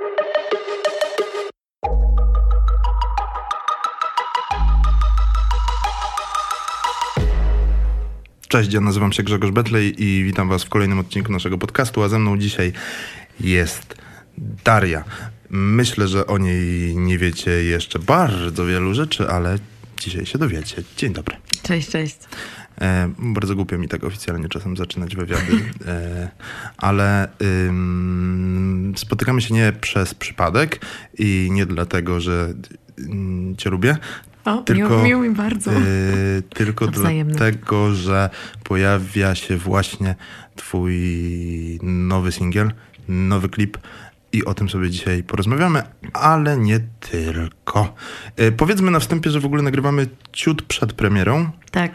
Cześć, ja nazywam się Grzegorz Betlej i witam was w kolejnym odcinku naszego podcastu, a ze mną dzisiaj jest Daria. Myślę, że o niej nie wiecie jeszcze bardzo wielu rzeczy, ale dzisiaj się dowiecie. Dzień dobry. Cześć, cześć. Bardzo głupio mi tak oficjalnie czasem zaczynać wywiady, ale spotykamy się nie przez przypadek i nie dlatego, że cię lubię, miło mi bardzo. Tylko dlatego, że pojawia się właśnie twój nowy singiel, nowy klip i o tym sobie dzisiaj porozmawiamy, ale nie tylko. Powiedzmy na wstępie, że w ogóle nagrywamy ciut przed premierą. Tak.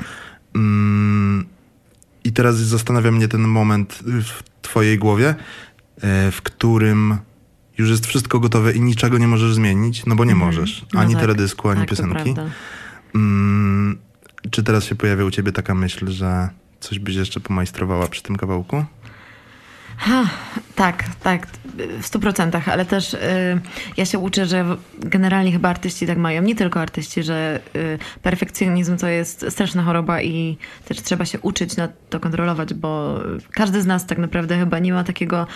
I teraz zastanawia mnie ten moment w twojej głowie, w którym już jest wszystko gotowe i niczego nie możesz zmienić, no bo nie możesz. Ani tak, teledysku, ani tak, piosenki. Czy teraz się pojawia u ciebie taka myśl, że coś byś jeszcze pomajstrowała przy tym kawałku? Tak, w 100%, ale też ja się uczę, że generalnie chyba artyści tak mają, nie tylko artyści, że perfekcjonizm to jest straszna choroba i też trzeba się uczyć na to kontrolować, bo każdy z nas tak naprawdę chyba nie ma takiego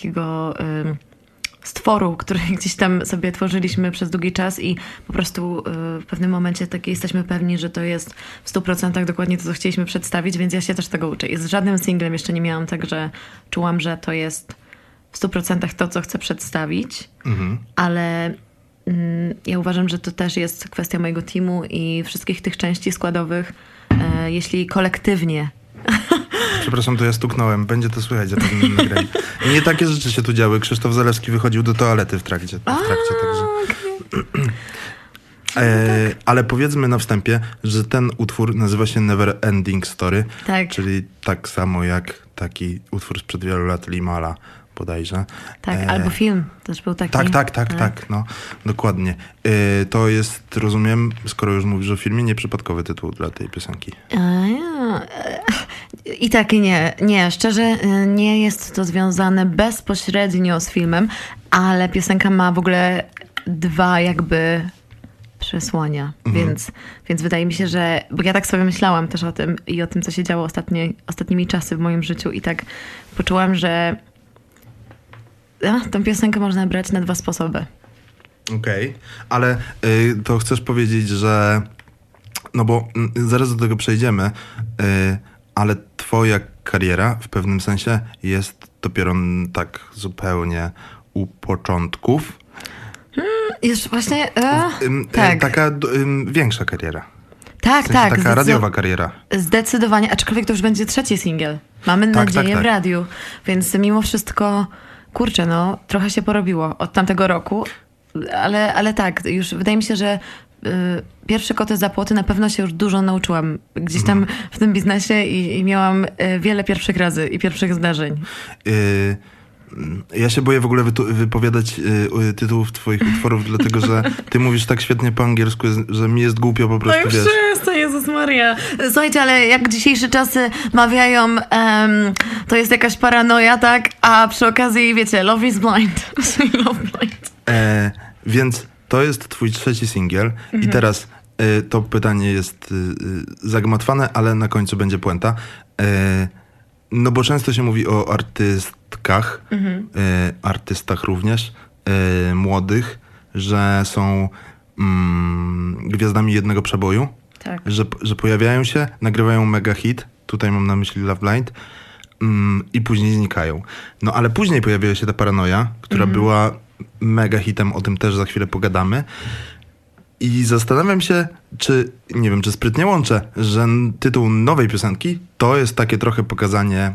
stworu, który gdzieś tam sobie tworzyliśmy przez długi czas i po prostu w pewnym momencie jesteśmy pewni, że to jest w 100% dokładnie to, co chcieliśmy przedstawić, więc ja się też tego uczę. I z żadnym singlem jeszcze nie miałam tak, że czułam, że to jest w 100% to, co chcę przedstawić, ale ja uważam, że to też jest kwestia mojego teamu i wszystkich tych części składowych, jeśli kolektywnie. Przepraszam, to ja stuknąłem. Będzie to słychać za pewnym nagraniu. Nie takie rzeczy się tu działy. Krzysztof Zalewski wychodził do toalety w trakcie także. Okay. Ale powiedzmy na wstępie, że ten utwór nazywa się Never Ending Story. Tak. Czyli tak samo jak taki utwór sprzed wielu lat Limala bodajże. Tak, albo film też był taki. Tak, no, dokładnie. To jest, rozumiem, skoro już mówisz o filmie, nieprzypadkowy tytuł dla tej piosenki. I tak i nie. Nie, szczerze nie jest to związane bezpośrednio z filmem, ale piosenka ma w ogóle dwa jakby przesłania, więc wydaje mi się, że, bo ja tak sobie myślałam też o tym i o tym, co się działo ostatnimi czasy w moim życiu i tak poczułam, że tą piosenkę można brać na dwa sposoby. Okej, ale to chcesz powiedzieć, że no bo zaraz do tego przejdziemy, ale twoja kariera w pewnym sensie jest dopiero tak zupełnie u początków. Już właśnie, tak. Taka większa kariera. Tak, w sensie taka radiowa kariera. Zdecydowanie, aczkolwiek to już będzie trzeci singiel. Mamy nadzieję w radiu, więc mimo wszystko, kurczę, no trochę się porobiło od tamtego roku, ale tak, już wydaje mi się, że pierwsze koty za płoty na pewno się już dużo nauczyłam gdzieś tam w tym biznesie i miałam wiele pierwszych razy i pierwszych zdarzeń. Ja się boję w ogóle wypowiadać tytułów twoich utworów, dlatego że ty mówisz tak świetnie po angielsku, że mi jest głupio po prostu, wiesz. Przestań, Jezus Maria. Słuchajcie, ale jak dzisiejsze czasy mawiają, to jest jakaś paranoja, tak? A przy okazji, wiecie, love is blind. Love blind. Więc to jest twój trzeci singiel i teraz to pytanie jest zagmatwane, ale na końcu będzie puenta. No bo często się mówi o artystkach, artystach również, młodych, że są gwiazdami jednego przeboju, tak. że pojawiają się, nagrywają mega hit, tutaj mam na myśli Love Blind, i później znikają. No ale później pojawiła się ta Paranoja, która była mega hitem, o tym też za chwilę pogadamy. I zastanawiam się, czy sprytnie łączę, że tytuł nowej piosenki to jest takie trochę pokazanie,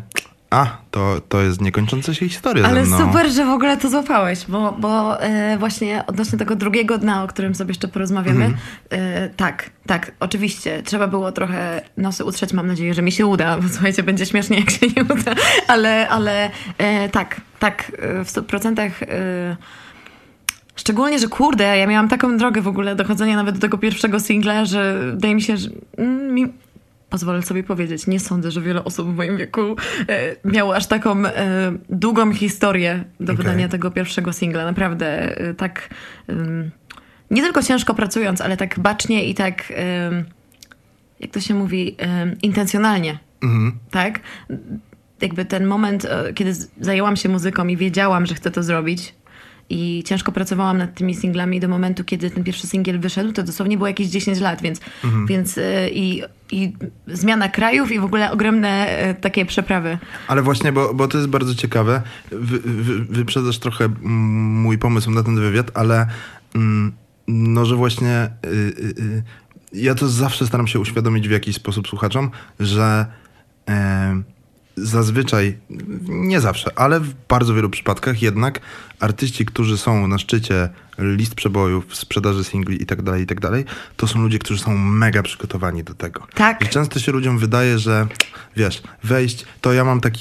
to jest niekończąca się historia. Ale super, że w ogóle to złapałeś, bo właśnie odnośnie tego drugiego dna, o którym sobie jeszcze porozmawiamy, tak, oczywiście, trzeba było trochę nosy utrzeć, mam nadzieję, że mi się uda, bo słuchajcie, będzie śmiesznie, jak się nie uda, ale tak, w 100%. Szczególnie, że kurde, ja miałam taką drogę w ogóle dochodzenia nawet do tego pierwszego singla, że wydaje mi się, że pozwolę sobie powiedzieć, nie sądzę, że wiele osób w moim wieku miało aż taką długą historię do wydania tego pierwszego singla. Naprawdę tak nie tylko ciężko pracując, ale tak bacznie i tak, jak to się mówi, intencjonalnie. Tak? Jakby ten moment, kiedy zajęłam się muzyką i wiedziałam, że chcę to zrobić i ciężko pracowałam nad tymi singlami do momentu, kiedy ten pierwszy singiel wyszedł, to dosłownie było jakieś 10 lat, więc i zmiana krajów i w ogóle ogromne takie przeprawy. Ale właśnie, bo to jest bardzo ciekawe. Wyprzedzasz trochę mój pomysł na ten wywiad, ale no, że właśnie ja to zawsze staram się uświadomić w jakiś sposób słuchaczom, że zazwyczaj, nie zawsze, ale w bardzo wielu przypadkach jednak artyści, którzy są na szczycie list przebojów, sprzedaży singli i tak dalej, to są ludzie, którzy są mega przygotowani do tego. Tak. I często się ludziom wydaje, że wiesz, wejść, to ja mam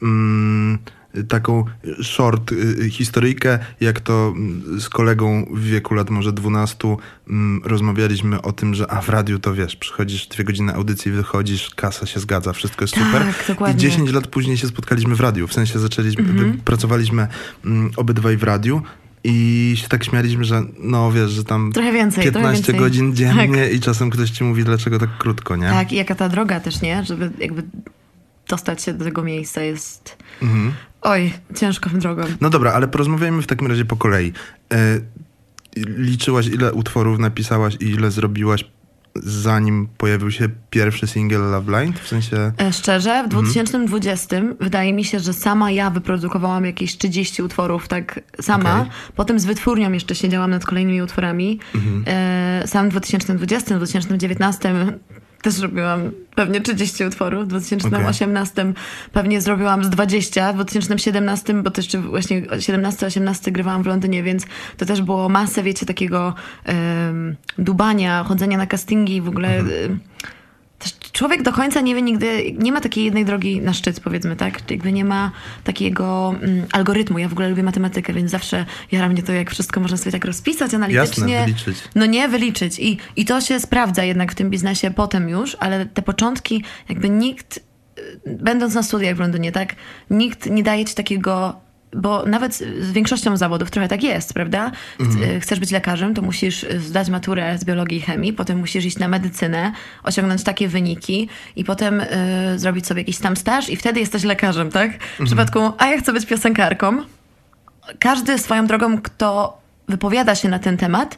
taką short historyjkę, jak to z kolegą w wieku lat może 12 rozmawialiśmy o tym, że w radiu to wiesz, przychodzisz 2 godziny audycji, wychodzisz, kasa się zgadza, wszystko jest super. Dokładnie. I 10 lat później się spotkaliśmy w radiu. W sensie pracowaliśmy obydwaj w radiu i się tak śmialiśmy, że no wiesz, że tam trochę więcej, 15 godzin dziennie i czasem ktoś ci mówi, dlaczego tak krótko, nie? Tak, i jaka ta droga też, nie? Żeby jakby dostać się do tego miejsca jest... Oj, ciężką drogą. No dobra, ale porozmawiajmy w takim razie po kolei. Liczyłaś, ile utworów napisałaś i ile zrobiłaś, zanim pojawił się pierwszy singiel Love Blind? W sensie... Szczerze, w 2020 wydaje mi się, że sama ja wyprodukowałam jakieś 30 utworów, tak sama. Okay. Potem z wytwórnią jeszcze siedziałam nad kolejnymi utworami. Sam w 2020, w 2019 też zrobiłam pewnie 30 utworów. W 2018 pewnie zrobiłam z 20. W 2017, bo też właśnie 17-18 grywałam w Londynie, więc to też było masę, wiecie, takiego dubania, chodzenia na castingi w ogóle. Też człowiek do końca nie wie nigdy, nie ma takiej jednej drogi na szczyt, powiedzmy, tak? Jakby nie ma takiego algorytmu. Ja w ogóle lubię matematykę, więc zawsze jara mnie to, jak wszystko można sobie tak rozpisać analitycznie. Jasne, wyliczyć. No nie, wyliczyć. I to się sprawdza jednak w tym biznesie potem już, ale te początki jakby nikt, będąc na studiach w Londynie, tak? Nikt nie daje ci takiego... Bo nawet z większością zawodów trochę tak jest, prawda? Chcesz być lekarzem, to musisz zdać maturę z biologii i chemii, potem musisz iść na medycynę, osiągnąć takie wyniki i potem zrobić sobie jakiś tam staż i wtedy jesteś lekarzem, tak? W przypadku, ja chcę być piosenkarką. Każdy swoją drogą, kto wypowiada się na ten temat,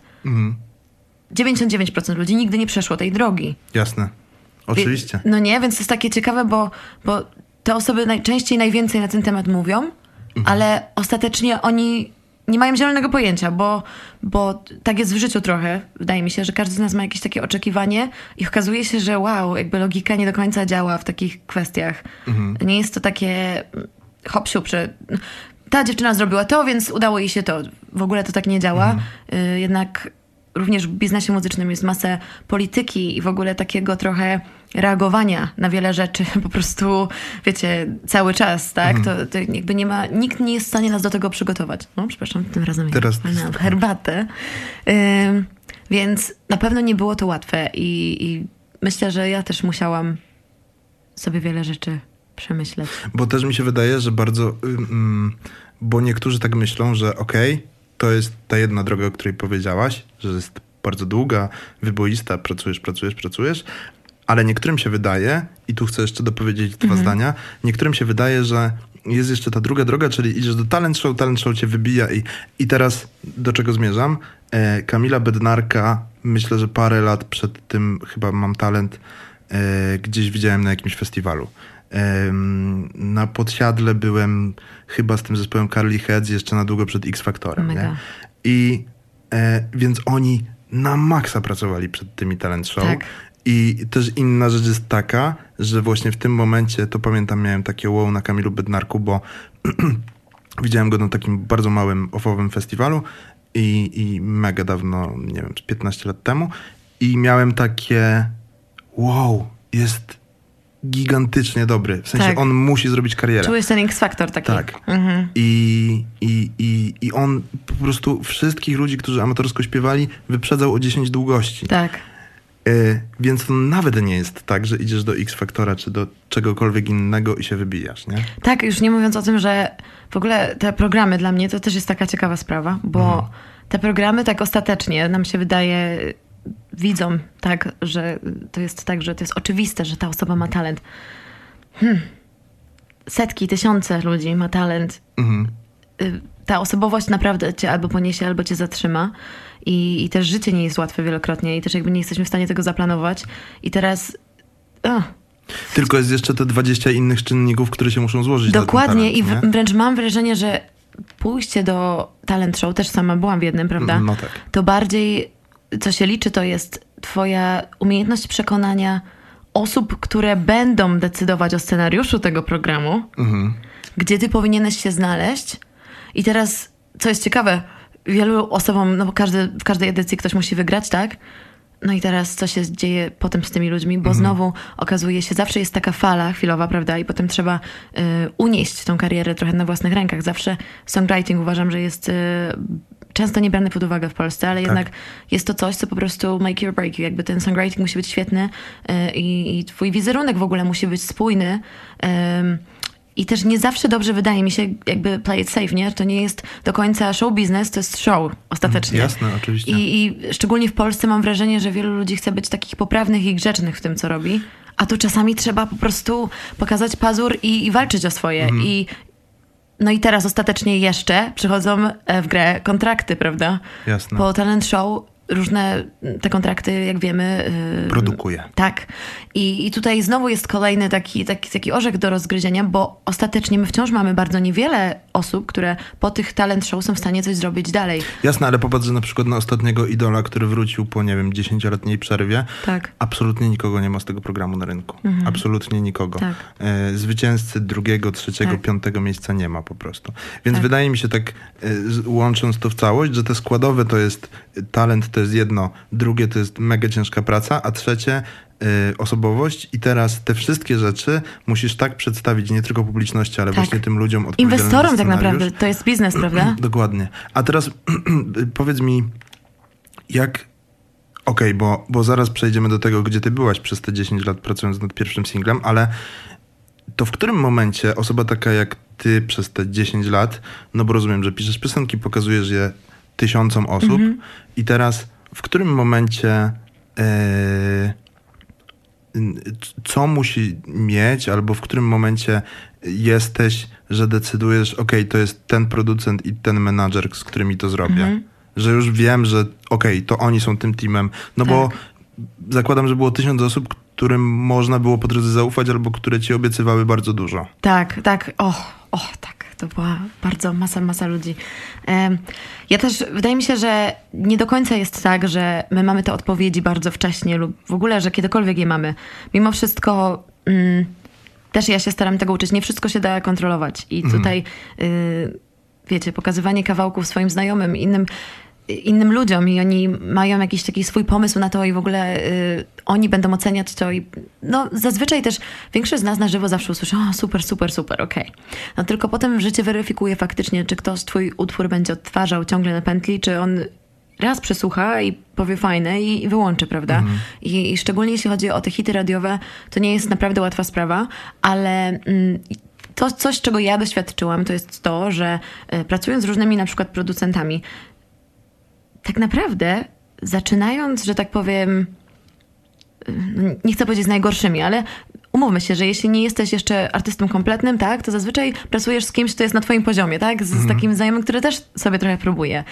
99% ludzi nigdy nie przeszło tej drogi. Jasne. Oczywiście. No nie, więc to jest takie ciekawe, bo te osoby najczęściej najwięcej na ten temat mówią, ale ostatecznie oni nie mają zielonego pojęcia, bo tak jest w życiu trochę. Wydaje mi się, że każdy z nas ma jakieś takie oczekiwanie i okazuje się, że jakby logika nie do końca działa w takich kwestiach. Nie jest to takie hop-siup, że ta dziewczyna zrobiła to, więc udało jej się to. W ogóle to tak nie działa. Jednak również w biznesie muzycznym jest masę polityki i w ogóle takiego trochę reagowania na wiele rzeczy po prostu, wiecie, cały czas, tak? To jakby nie ma, nikt nie jest w stanie nas do tego przygotować. No, przepraszam, tym razem ja herbatę. Więc na pewno nie było to łatwe i myślę, że ja też musiałam sobie wiele rzeczy przemyśleć. Bo też mi się wydaje, że bardzo, bo niektórzy tak myślą, że to jest ta jedna droga, o której powiedziałaś, że jest bardzo długa, wyboista, pracujesz, ale niektórym się wydaje, i tu chcę jeszcze dopowiedzieć 2 zdania, niektórym się wydaje, że jest jeszcze ta druga droga, czyli idziesz do talent show cię wybija i teraz do czego zmierzam? Kamila Bednarka, myślę, że parę lat przed tym chyba Mam Talent, gdzieś widziałem na jakimś festiwalu. Na Podsiadle byłem chyba z tym zespołem Carly Heads jeszcze na długo przed X Factorem. Nie? I więc oni na maksa pracowali przed tymi talent show. Tak. I też inna rzecz jest taka, że właśnie w tym momencie, to pamiętam, miałem takie wow na Kamilu Bednarku, bo widziałem go na takim bardzo małym offowym festiwalu i mega dawno, nie wiem, 15 lat temu i miałem takie wow, jest gigantycznie dobry. W sensie on musi zrobić karierę. Czujesz ten X-Factor taki. Tak. I on po prostu wszystkich ludzi, którzy amatorsko śpiewali, wyprzedzał o 10 długości. Tak. Więc to nawet nie jest tak, że idziesz do X Factora czy do czegokolwiek innego i się wybijasz, nie? Tak, już nie mówiąc o tym, że w ogóle te programy dla mnie to też jest taka ciekawa sprawa, bo te programy tak ostatecznie nam się wydaje, widzą tak, że to jest oczywiste, że ta osoba ma talent. Setki, tysiące ludzi ma talent. Ta osobowość naprawdę cię albo poniesie, albo cię zatrzyma. I też życie nie jest łatwe wielokrotnie i też jakby nie jesteśmy w stanie tego zaplanować. I teraz... Tylko jest jeszcze te 20 innych czynników, które się muszą złożyć. Dokładnie. Na ten talent, i wręcz mam wrażenie, że pójście do talent show, też sama byłam w jednym, prawda? No tak. To bardziej, co się liczy, to jest twoja umiejętność przekonania osób, które będą decydować o scenariuszu tego programu, gdzie ty powinieneś się znaleźć. I teraz, co jest ciekawe, wielu osobom, no bo w każdej edycji ktoś musi wygrać, tak? No i teraz co się dzieje potem z tymi ludźmi, bo znowu okazuje się, zawsze jest taka fala chwilowa, prawda? I potem trzeba unieść tą karierę trochę na własnych rękach. Zawsze songwriting uważam, że jest często nie brany pod uwagę w Polsce, ale jednak jest to coś, co po prostu make you or break you. Jakby ten songwriting musi być świetny i twój wizerunek w ogóle musi być spójny. I też nie zawsze dobrze wydaje mi się jakby play it safe, nie? To nie jest do końca show business, to jest show ostatecznie. Jasne, oczywiście. I szczególnie w Polsce mam wrażenie, że wielu ludzi chce być takich poprawnych i grzecznych w tym, co robi. A tu czasami trzeba po prostu pokazać pazur i walczyć o swoje. No i teraz ostatecznie jeszcze przychodzą w grę kontrakty, taki Jasne. Po talent show różne te kontrakty, jak wiemy... Produkuje. Tak. I tutaj znowu jest kolejny taki orzech do rozgryzienia, bo ostatecznie my wciąż mamy bardzo niewiele osób, które po tych talent show są w stanie coś zrobić dalej. Jasne, ale popatrz, że na przykład na ostatniego idola, który wrócił po, 10-letniej przerwie, absolutnie nikogo nie ma z tego programu na rynku. Absolutnie nikogo. Tak. Zwycięzcy 2., 3., 5. miejsca nie ma po prostu. Więc wydaje mi się tak, łącząc to w całość, że te składowe to jest talent, to jest jedno, drugie to jest mega ciężka praca, a trzecie osobowość i teraz te wszystkie rzeczy musisz tak przedstawić nie tylko publiczności, ale właśnie tym ludziom odpowiedzialnym za inwestorom tak scenariusz. naprawdę, to jest biznes, prawda? Dokładnie. A teraz powiedz mi, jak... Okej, bo zaraz przejdziemy do tego, gdzie ty byłaś przez te 10 lat pracując nad pierwszym singlem, ale to w którym momencie osoba taka jak ty przez te 10 lat, no bo rozumiem, że piszesz piosenki, pokazujesz je tysiącom osób i teraz w którym momencie co musi mieć, albo w którym momencie jesteś, że decydujesz, to jest ten producent i ten menadżer, z którymi to zrobię. Że już wiem, że to oni są tym teamem. No bo zakładam, że było 1000 osób, którym można było po drodze zaufać, albo które ci obiecywały bardzo dużo. Tak. Tak. To była bardzo masa ludzi. Ja też, wydaje mi się, że nie do końca jest tak, że my mamy te odpowiedzi bardzo wcześnie lub w ogóle, że kiedykolwiek je mamy. Mimo wszystko też ja się staram tego uczyć. Nie wszystko się da kontrolować. I tutaj, wiecie, pokazywanie kawałków swoim znajomym, innym ludziom i oni mają jakiś taki swój pomysł na to i w ogóle oni będą oceniać to i no zazwyczaj też większość z nas na żywo zawsze usłyszy super, okej. No tylko potem życie weryfikuje faktycznie, czy ktoś twój utwór będzie odtwarzał ciągle na pętli, czy on raz przesłucha i powie fajne i wyłączy, prawda? I szczególnie jeśli chodzi o te hity radiowe, to nie jest naprawdę łatwa sprawa, ale... To coś, czego ja doświadczyłam, to jest to, że pracując z różnymi na przykład producentami, tak naprawdę zaczynając, że tak powiem, nie chcę powiedzieć z najgorszymi, ale umówmy się, że jeśli nie jesteś jeszcze artystą kompletnym, tak, to zazwyczaj pracujesz z kimś, kto jest na twoim poziomie, tak? Z takim znajomym, który też sobie trochę próbuje.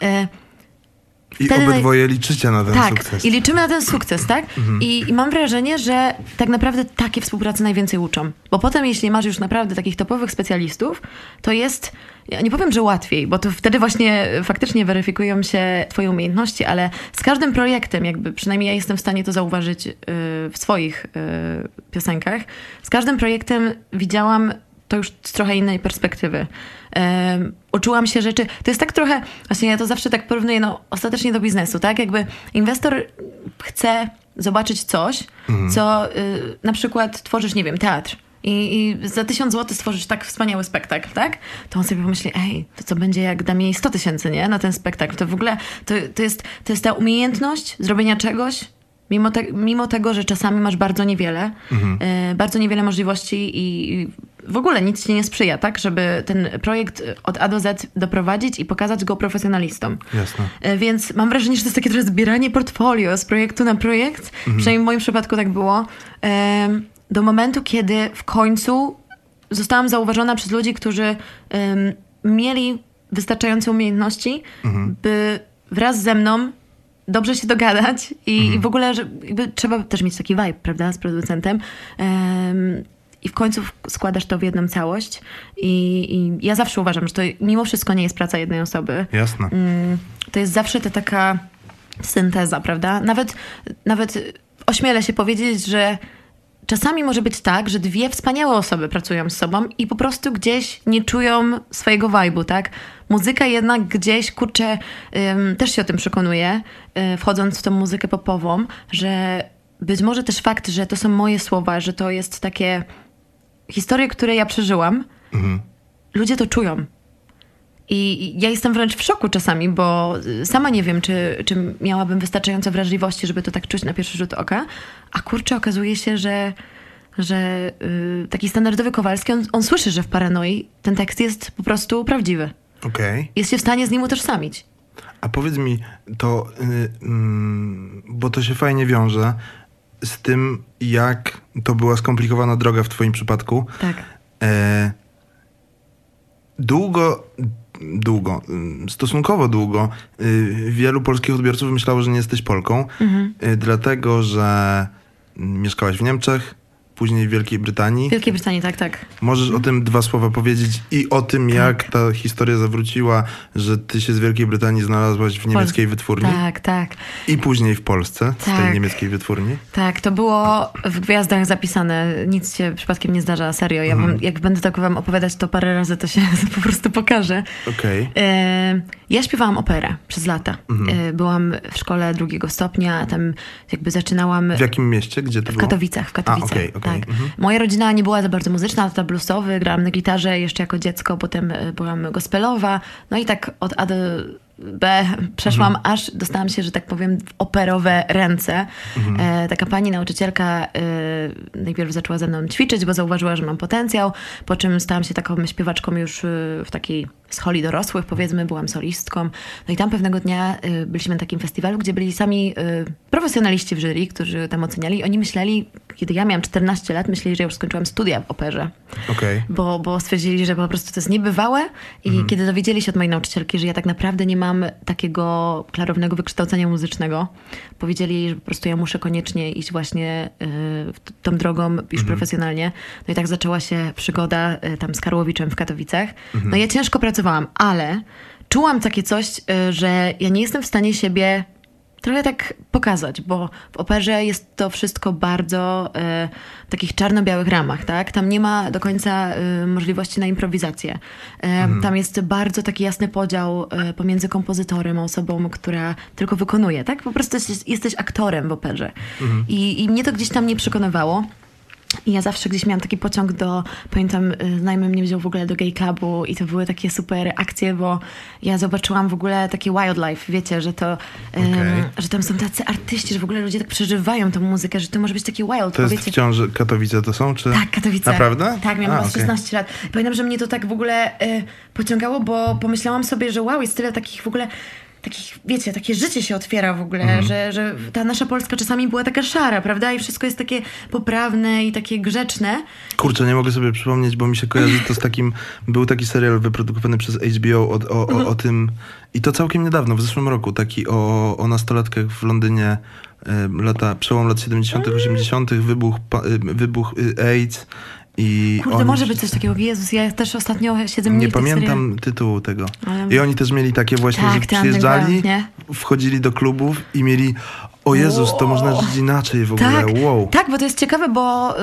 I obydwoje liczycie na ten sukces. Tak, i liczymy na ten sukces, tak? I mam wrażenie, że tak naprawdę takie współprace najwięcej uczą. Bo potem, jeśli masz już naprawdę takich topowych specjalistów, to jest, ja nie powiem, że łatwiej, bo to wtedy właśnie faktycznie weryfikują się twoje umiejętności, ale z każdym projektem, jakby przynajmniej ja jestem w stanie to zauważyć w swoich piosenkach, z każdym projektem widziałam to już z trochę innej perspektywy. Uczyłam się rzeczy, to jest tak trochę, właśnie ja to zawsze tak porównuję, ostatecznie do biznesu, tak? Jakby inwestor chce zobaczyć coś, co na przykład tworzysz, nie wiem, teatr i za 1000 zł stworzysz tak wspaniały spektakl, tak? To on sobie pomyśli, to co będzie, jak dam jej 100 000, nie? Na ten spektakl. To w ogóle, to jest ta umiejętność zrobienia czegoś, mimo tego, że czasami masz bardzo niewiele, bardzo niewiele możliwości i w ogóle nic ci nie sprzyja, tak? Żeby ten projekt od A do Z doprowadzić i pokazać go profesjonalistom. Jasne. Więc mam wrażenie, że to jest takie trochę zbieranie portfolio z projektu na projekt. Przynajmniej w moim przypadku tak było. Do momentu, kiedy w końcu zostałam zauważona przez ludzi, którzy mieli wystarczające umiejętności, by wraz ze mną dobrze się dogadać i w ogóle, że jakby trzeba też mieć taki vibe, prawda, z producentem. I w końcu składasz to w jedną całość. I ja zawsze uważam, że to mimo wszystko nie jest praca jednej osoby. Jasne. To jest zawsze ta taka synteza, prawda? Nawet ośmielę się powiedzieć, że czasami może być tak, że dwie wspaniałe osoby pracują z sobą i po prostu gdzieś nie czują swojego vibe'u, tak? Muzyka jednak gdzieś, kurczę, też się o tym przekonuję, wchodząc w tą muzykę popową, że być może też fakt, że to są moje słowa, że to jest takie historie, które ja przeżyłam, ludzie to czują. I ja jestem wręcz w szoku czasami, bo sama nie wiem, czy miałabym wystarczająco wrażliwości, żeby to tak czuć na pierwszy rzut oka. A kurczę, okazuje się, że taki standardowy Kowalski, on słyszy, że w Paranoi ten tekst jest po prostu prawdziwy. Okej. Jest się w stanie z nim utożsamić. A powiedz mi to, bo to się fajnie wiąże z tym, jak to była skomplikowana droga w twoim przypadku. Tak. Stosunkowo długo wielu polskich odbiorców myślało, że nie jesteś Polką, dlatego, że mieszkałaś w Niemczech, później w Wielkiej Brytanii. W Wielkiej Brytanii, tak. Możesz o tym dwa słowa powiedzieć i o tym, jak ta historia zawróciła, że ty się z Wielkiej Brytanii znalazłaś w niemieckiej wytwórni. Tak. I później w Polsce, z tej niemieckiej wytwórni. Tak, to było w gwiazdach zapisane. Nic się przypadkiem nie zdarza, serio. Ja jak będę tak wam opowiadać, to parę razy to się po prostu pokaże. Okej. Ja śpiewałam operę przez lata. Byłam w szkole 2. stopnia, tam jakby zaczynałam... W jakim mieście? Gdzie to było? W Katowicach. Okej. Tak. Moja rodzina nie była za bardzo muzyczna, tata bluesowy, grałam na gitarze jeszcze jako dziecko, potem byłam gospelowa, no i tak od A do B przeszłam, aż dostałam się, że tak powiem, w operowe ręce. Taka pani nauczycielka najpierw zaczęła ze mną ćwiczyć, bo zauważyła, że mam potencjał, po czym stałam się taką śpiewaczką już w takiej scholi dorosłych, powiedzmy, byłam solistką. No i tam pewnego dnia byliśmy na takim festiwalu, gdzie byli sami profesjonaliści w jury, którzy tam oceniali. Oni myśleli, kiedy ja miałam 14 lat, myśleli, że ja już skończyłam studia w operze. Bo stwierdzili, że po prostu to jest niebywałe i kiedy dowiedzieli się od mojej nauczycielki, że ja tak naprawdę nie mam takiego klarownego wykształcenia muzycznego, powiedzieli, że po prostu ja muszę koniecznie iść właśnie tą drogą już profesjonalnie. No i tak zaczęła się przygoda tam z Karłowiczem w Katowicach. No ja ciężko pracowałam, ale czułam takie coś, że ja nie jestem w stanie siebie trochę tak pokazać, bo w operze jest to wszystko bardzo w takich czarno-białych ramach, tak? Tam nie ma do końca możliwości na improwizację. Tam jest bardzo taki jasny podział pomiędzy kompozytorem a osobą, która tylko wykonuje, tak? Po prostu jesteś aktorem w operze. I mnie to gdzieś tam nie przekonywało. I ja zawsze gdzieś miałam taki pociąg pamiętam, znajomy mnie wziął w ogóle do gay clubu i to były takie super akcje, bo ja zobaczyłam w ogóle takie wildlife, wiecie, że to, że tam są tacy artyści, że w ogóle ludzie tak przeżywają tą muzykę, że to może być takie wild. To jest wiecie? Wciąż Katowice to są, czy? Tak, Katowice. Naprawdę? Tak, miałam 16 lat. Pamiętam, że mnie to tak w ogóle pociągało, bo pomyślałam sobie, że wow, jest tyle takich w ogóle takich, wiecie, takie życie się otwiera w ogóle, że ta nasza Polska czasami była taka szara, prawda? I wszystko jest takie poprawne i takie grzeczne. Kurczę, nie mogę sobie przypomnieć, bo mi się kojarzy to z takim, był taki serial wyprodukowany przez HBO o tym, i to całkiem niedawno, w zeszłym roku, taki o nastolatkach w Londynie, przełom lat 70., 80., wybuch AIDS. Kurde, może być coś takiego. Jezus, ja też ostatnio siedzę mniej. Nie pamiętam tytułu tego. I oni też mieli takie właśnie, że przyjeżdżali, wchodzili do klubów i mieli, o Jezus, to można żyć inaczej w ogóle. Tak, bo to jest ciekawe, bo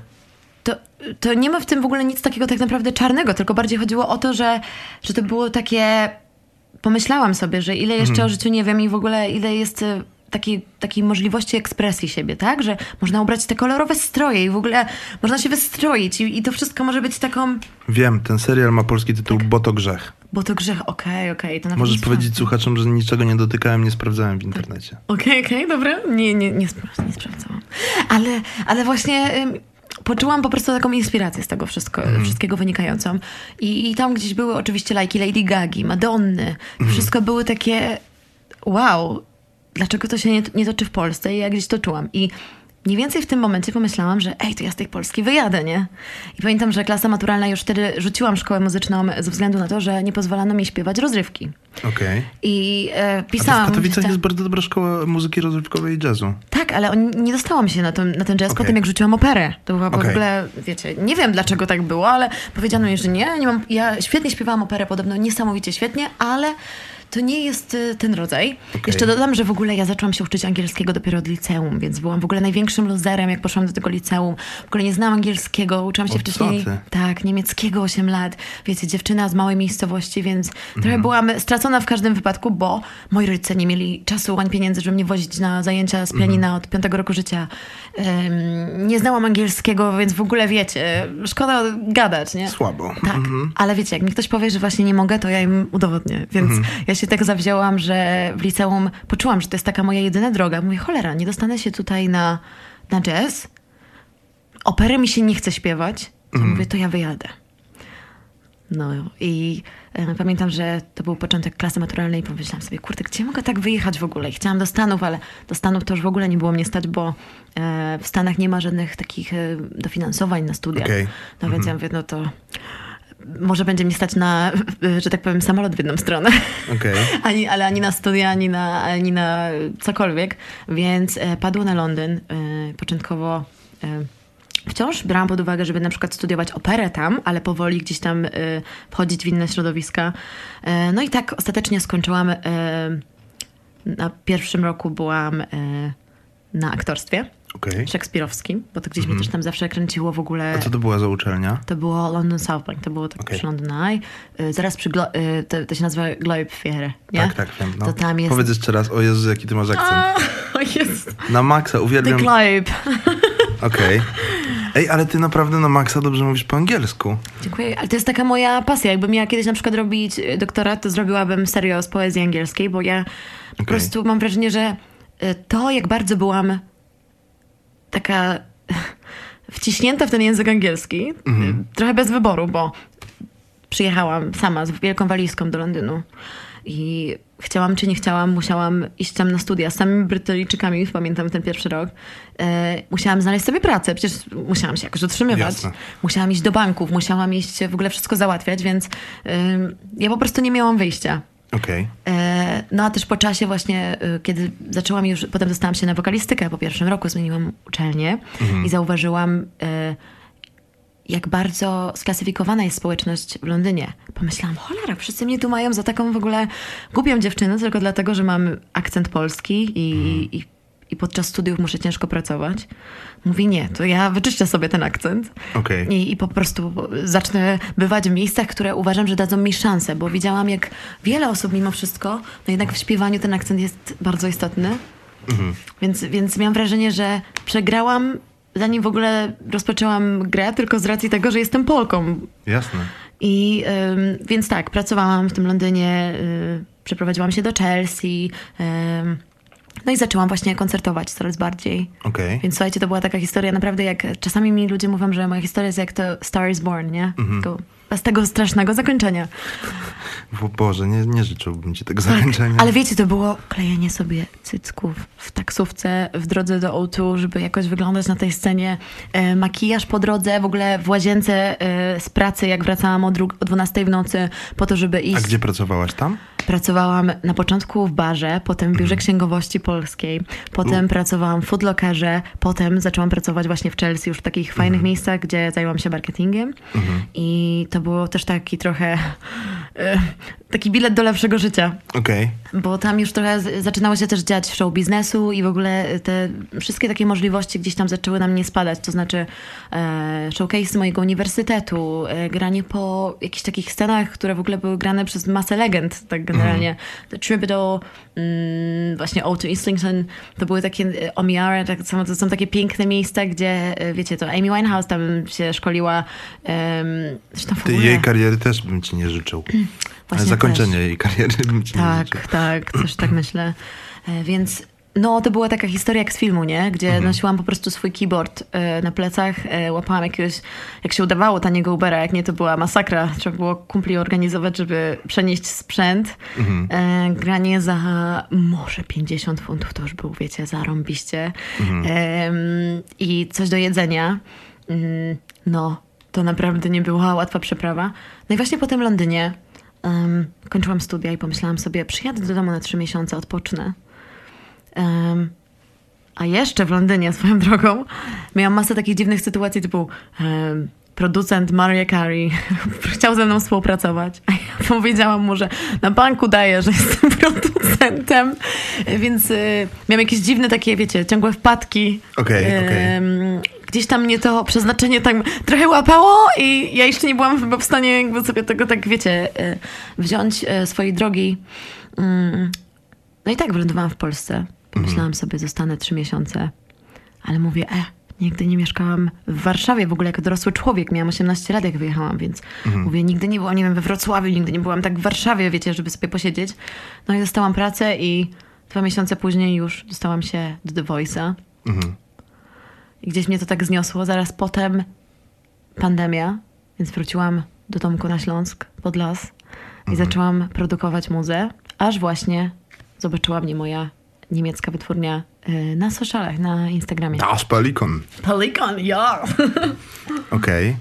to nie ma w tym w ogóle nic takiego tak naprawdę czarnego, tylko bardziej chodziło o to, że to było takie... Pomyślałam sobie, że ile jeszcze o życiu nie wiem i w ogóle ile jest takiej możliwości ekspresji siebie, tak? Że można ubrać te kolorowe stroje i w ogóle można się wystroić i to wszystko może być taką... Wiem, ten serial ma polski tytuł Bo to grzech. Bo to grzech, okej. To nawet Możesz nie powiedzieć słuchaczom, że niczego nie dotykałem, nie sprawdzałem w internecie. Okej, dobra. Nie sprawdzałam. Ale właśnie... Poczułam po prostu taką inspirację z tego wszystkiego wynikającą. I tam gdzieś były oczywiście lajki Lady Gagi, Madonny. Wszystko były takie wow, dlaczego to się nie toczy w Polsce? I ja gdzieś to czułam. I mniej więcej w tym momencie pomyślałam, że to ja z tej Polski wyjadę, nie? I pamiętam, że klasa maturalna już wtedy rzuciłam szkołę muzyczną ze względu na to, że nie pozwalano mi śpiewać rozrywki. Okej. I pisałam... A w Katowicach jest bardzo dobra szkoła muzyki rozrywkowej i jazzu. Tak, ale nie dostałam się na ten jazz po tym, jak rzuciłam operę. To była w ogóle, wiecie, nie wiem dlaczego tak było, ale powiedziano mi, że nie mam... Ja świetnie śpiewałam operę, podobno niesamowicie świetnie, ale... To nie jest ten rodzaj. Jeszcze dodam, że w ogóle ja zaczęłam się uczyć angielskiego dopiero od liceum, więc byłam w ogóle największym loserem, jak poszłam do tego liceum. W ogóle nie znałam angielskiego, uczyłam się wcześniej niemieckiego 8 lat. Wiecie, dziewczyna z małej miejscowości, więc trochę byłam stracona w każdym wypadku, bo moi rodzice nie mieli czasu ani pieniędzy, żeby mnie wozić na zajęcia z pianina od 5 roku życia. Nie znałam angielskiego, więc w ogóle wiecie, szkoda gadać, nie? Słabo. Tak, ale wiecie, jak mi ktoś powie, że właśnie nie mogę, to ja im udowodnię, więc ja się tak zawzięłam, że w liceum poczułam, że to jest taka moja jedyna droga. Mówię, cholera, nie dostanę się tutaj na jazz. Opery mi się nie chce śpiewać. To mówię, to ja wyjadę. No i pamiętam, że to był początek klasy maturalnej i pomyślałam sobie, kurde, gdzie mogę tak wyjechać w ogóle? I chciałam do Stanów, ale do Stanów to już w ogóle nie było mnie stać, bo w Stanach nie ma żadnych takich dofinansowań na studia. No więc ja mówię, no to... Może będzie mi stać na, że tak powiem, samolot w jedną stronę. Ale ani na studia, ani na cokolwiek. Więc padło na Londyn. Początkowo wciąż brałam pod uwagę, żeby na przykład studiować operę tam, ale powoli gdzieś tam wchodzić w inne środowiska. No i tak ostatecznie skończyłam. Na pierwszym roku byłam na aktorstwie. Szekspirowskim, bo to gdzieś mnie też tam zawsze kręciło w ogóle. A co to była za uczelnia? To było London South Bank, to było tak przy London Eye. Zaraz przy, to się nazywa Globe Theatre, nie? Tak, wiem. No. To tam jest... Powiedz jeszcze raz, o Jezu, jaki ty masz akcent. Jest. Na maksa, uwielbiam. The Globe. Ej, ale ty naprawdę na maksa dobrze mówisz po angielsku. Dziękuję, ale to jest taka moja pasja. Jakbym miała kiedyś na przykład robić doktorat, to zrobiłabym serio z poezji angielskiej, bo ja po prostu mam wrażenie, że to, jak bardzo byłam taka wciśnięta w ten język angielski, trochę bez wyboru, bo przyjechałam sama z wielką walizką do Londynu i chciałam czy nie chciałam, musiałam iść tam na studia z samymi Brytyjczykami, pamiętam ten pierwszy rok. Musiałam znaleźć sobie pracę, przecież musiałam się jakoś utrzymywać. Jasne. Musiałam iść do banków, musiałam iść w ogóle wszystko załatwiać, więc ja po prostu nie miałam wyjścia. No a też po czasie właśnie, kiedy zaczęłam już, potem dostałam się na wokalistykę, po pierwszym roku zmieniłam uczelnię i zauważyłam, jak bardzo sklasyfikowana jest społeczność w Londynie. Pomyślałam, cholera, wszyscy mnie tu mają za taką w ogóle głupią dziewczynę, tylko dlatego, że mam akcent polski i podczas studiów muszę ciężko pracować. Mówi nie, to ja wyczyszczę sobie ten akcent i po prostu zacznę bywać w miejscach, które uważam, że dadzą mi szansę, bo widziałam, jak wiele osób mimo wszystko, no jednak w śpiewaniu ten akcent jest bardzo istotny. Więc miałam wrażenie, że przegrałam, zanim w ogóle rozpoczęłam grę, tylko z racji tego, że jestem Polką. Jasne. I więc tak, pracowałam w tym Londynie, przeprowadziłam się do Chelsea, no i zaczęłam właśnie koncertować coraz bardziej. Więc słuchajcie, to była taka historia, naprawdę jak czasami mi ludzie mówią, że moja historia jest jak to Star is Born, nie? Tylko bez tego strasznego zakończenia. O Boże, nie życzyłbym ci tego zakończenia. Ale wiecie, to było klejenie sobie cycków w taksówce, w drodze do O2, żeby jakoś wyglądać na tej scenie. Makijaż po drodze, w ogóle w łazience z pracy, jak wracałam o 12 w nocy, po to, żeby iść. A gdzie pracowałaś tam? Pracowałam na początku w barze, potem w biurze księgowości polskiej, potem pracowałam w foodlockerze, potem zaczęłam pracować właśnie w Chelsea, już w takich fajnych miejscach, gdzie zajęłam się marketingiem. I to było też taki trochę taki bilet do lepszego życia. Bo tam już trochę zaczynało się też dziać show biznesu i w ogóle te wszystkie takie możliwości gdzieś tam zaczęły na mnie spadać. To znaczy showcase mojego uniwersytetu, granie po jakichś takich scenach, które w ogóle były grane przez masę legend tak generalnie The Troubadour, właśnie O to Islington, to były takie Omiara, tak samo to są takie piękne miejsca, gdzie wiecie, to Amy Winehouse tam się szkoliła. Zresztą w ogóle... Jej kariery też bym ci nie życzył. Ale zakończenie jej kariery bym ci nie życzył. Tak, też tak myślę. Więc no, to była taka historia jak z filmu, nie? Gdzie nosiłam po prostu swój keyboard na plecach, łapałam jakiegoś, jak się udawało, taniego Ubera, jak nie, to była masakra. Trzeba było kumpli organizować, żeby przenieść sprzęt. Granie za może 50 funtów, to już był, wiecie, zarąbiście. I coś do jedzenia. No, to naprawdę nie była łatwa przeprawa. No i właśnie po tym Londynie kończyłam studia i pomyślałam sobie, przyjadę do domu na 3 miesiące, odpocznę. A jeszcze w Londynie, swoją drogą, miałam masę takich dziwnych sytuacji, typu producent Mariah Carey chciał ze mną współpracować, a ja powiedziałam mu, że na banku daję, że jestem producentem, więc miałam jakieś dziwne takie, wiecie, ciągłe wpadki. Okej. Gdzieś tam mnie to przeznaczenie tak trochę łapało i ja jeszcze nie byłam chyba w stanie jakby sobie tego tak, wiecie, wziąć swojej drogi. No i tak wylądowałam w Polsce. Pomyślałam sobie, zostanę 3 miesiące. Ale mówię, nigdy nie mieszkałam w Warszawie w ogóle jako dorosły człowiek. Miałam 18 lat, jak wyjechałam, więc mówię, nigdy nie byłam, nie wiem, we Wrocławiu, nigdy nie byłam tak w Warszawie, wiecie, żeby sobie posiedzieć. No i dostałam pracę i 2 miesiące później już dostałam się do The Voice'a. I gdzieś mnie to tak zniosło. Zaraz potem pandemia, więc wróciłam do domku na Śląsk, pod las i zaczęłam produkować muzę, aż właśnie zobaczyła mnie moja niemiecka wytwórnia na socialach, na Instagramie. Das Polygon. Polygon, ja! Okej.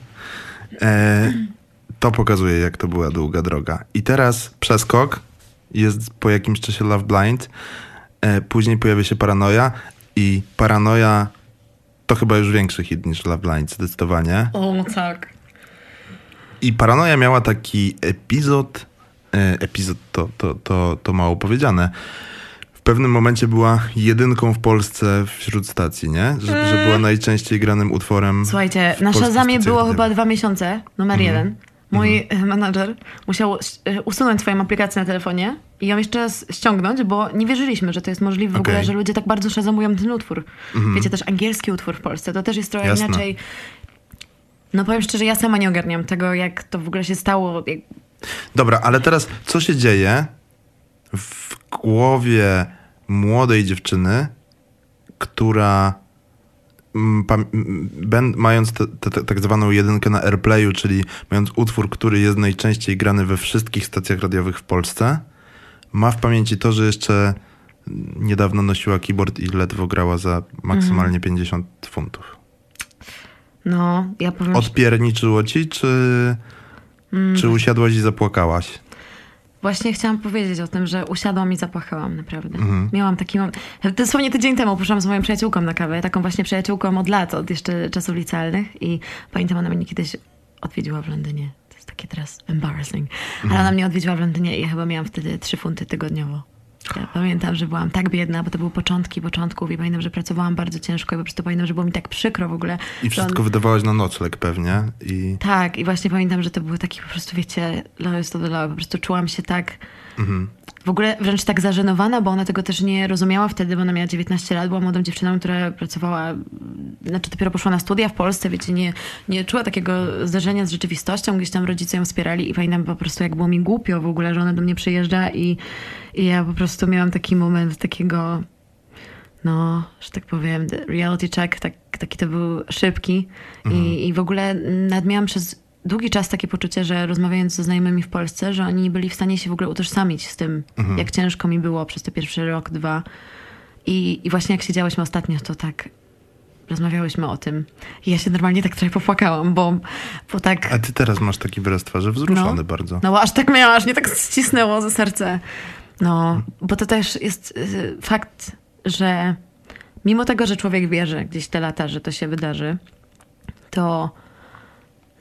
To pokazuje, jak to była długa droga. I teraz przeskok. Jest po jakimś czasie Love Blind. Później pojawia się Paranoja. I Paranoja to chyba już większy hit niż Love Blind, zdecydowanie. O, tak. I Paranoja miała taki epizod to mało powiedziane. W pewnym momencie była jedynką w Polsce wśród stacji, nie? Że była najczęściej granym utworem. Słuchajcie, na Shazamie było chyba 2 miesiące, numer 1. Mój menadżer musiał usunąć swoją aplikację na telefonie i ją jeszcze raz ściągnąć, bo nie wierzyliśmy, że to jest możliwe w ogóle, że ludzie tak bardzo szazamują ten utwór. Wiecie, też angielski utwór w Polsce, to też jest trochę inaczej. No powiem szczerze, ja sama nie ogarniam tego, jak to w ogóle się stało. Dobra, ale teraz co się dzieje w głowie młodej dziewczyny, która mając tak zwaną jedynkę na Airplayu, czyli mając utwór, który jest najczęściej grany we wszystkich stacjach radiowych w Polsce, ma w pamięci to, że jeszcze niedawno nosiła keyboard i ledwo grała za maksymalnie 50 funtów. No, ja powiem... Odpierniczyło ci, czy usiadłaś i zapłakałaś? Właśnie chciałam powiedzieć o tym, że usiadłam i zapłakałam, naprawdę. Miałam taki moment... Dosłownie tydzień temu poszłam z moją przyjaciółką na kawę, taką właśnie przyjaciółką od lat, od jeszcze czasów licealnych i pamiętam, ona mnie kiedyś odwiedziła w Londynie. To jest takie teraz embarrassing. Ale ona mnie odwiedziła w Londynie i ja chyba miałam wtedy 3 funty tygodniowo. Ja pamiętam, że byłam tak biedna, bo to były początków i pamiętam, że pracowałam bardzo ciężko i po prostu pamiętam, że było mi tak przykro w ogóle. I wszystko wydawałaś na nocleg pewnie. Tak, i właśnie pamiętam, że to były takie po prostu, wiecie, lowest of the low. Po prostu czułam się tak w ogóle wręcz tak zażenowana, bo ona tego też nie rozumiała wtedy, bo ona miała 19 lat, była młodą dziewczyną, która pracowała, znaczy dopiero poszła na studia w Polsce, wiecie, nie czuła takiego zderzenia z rzeczywistością, gdzieś tam rodzice ją wspierali i pamiętam po prostu, jak było mi głupio w ogóle, że ona do mnie przyjeżdża i ja po prostu miałam taki moment takiego, no, że tak powiem, reality check, taki to był szybki i w ogóle nawet miałam przez długi czas takie poczucie, że rozmawiając ze znajomymi w Polsce, że oni nie byli w stanie się w ogóle utożsamić z tym, jak ciężko mi było przez te pierwszy rok, 2. I właśnie jak siedziałyśmy ostatnio, to tak rozmawiałyśmy o tym. I ja się normalnie tak trochę popłakałam, bo tak... A ty teraz masz taki wyraz twarzy wzruszony bardzo. No bo aż tak miałam, aż mnie tak ścisnęło za serce. No, bo to też jest fakt, że mimo tego, że człowiek wierzy gdzieś te lata, że to się wydarzy, to